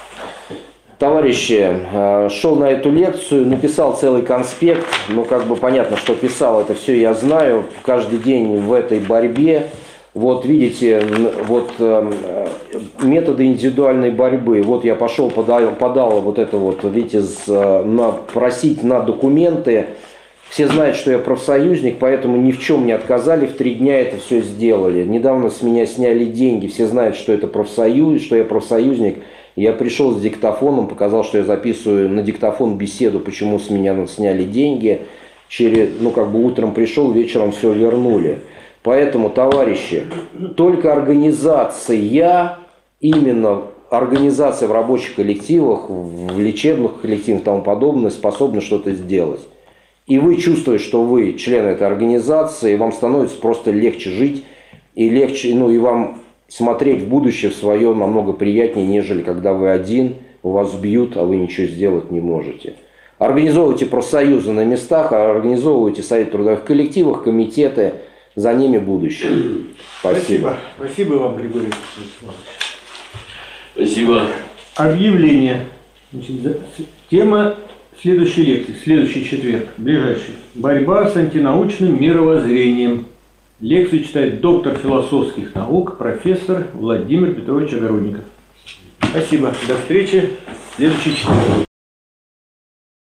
Товарищи, шел на эту лекцию, написал целый конспект, но как бы понятно, что писал, это все я знаю, каждый день в этой борьбе. Вот видите, вот методы индивидуальной борьбы. Вот я пошел, подал, подал вот это вот, видите, на, просить на документы. Все знают, что я профсоюзник, поэтому ни в чем не отказали, в три дня это все сделали. Недавно с меня сняли деньги, все знают, что это профсоюз, что я профсоюзник. Я пришел с диктофоном, показал, что я записываю на диктофон беседу, почему с меня сняли деньги. Через, ну как бы утром пришел, вечером все вернули. Поэтому, товарищи, только организация, именно организация в рабочих коллективах, в лечебных коллективах и тому подобное, способна что-то сделать. И вы чувствуете, что вы член этой организации, и вам становится просто легче жить, и легче, ну и вам смотреть в будущее в свое намного приятнее, нежели когда вы один, вас бьют, а вы ничего сделать не можете. Организовывайте профсоюзы на местах, организовывайте советы трудовых коллективах, комитеты, за ними будущее. Спасибо. Спасибо, Спасибо вам, Григорий Вячеславович. Спасибо. Объявление. Значит, тема следующей лекции, следующий четверг, ближайший. Борьба с антинаучным мировоззрением. Лекцию читает доктор философских наук, профессор Владимир Петрович Огородников. Спасибо. До встречи в следующий четверг.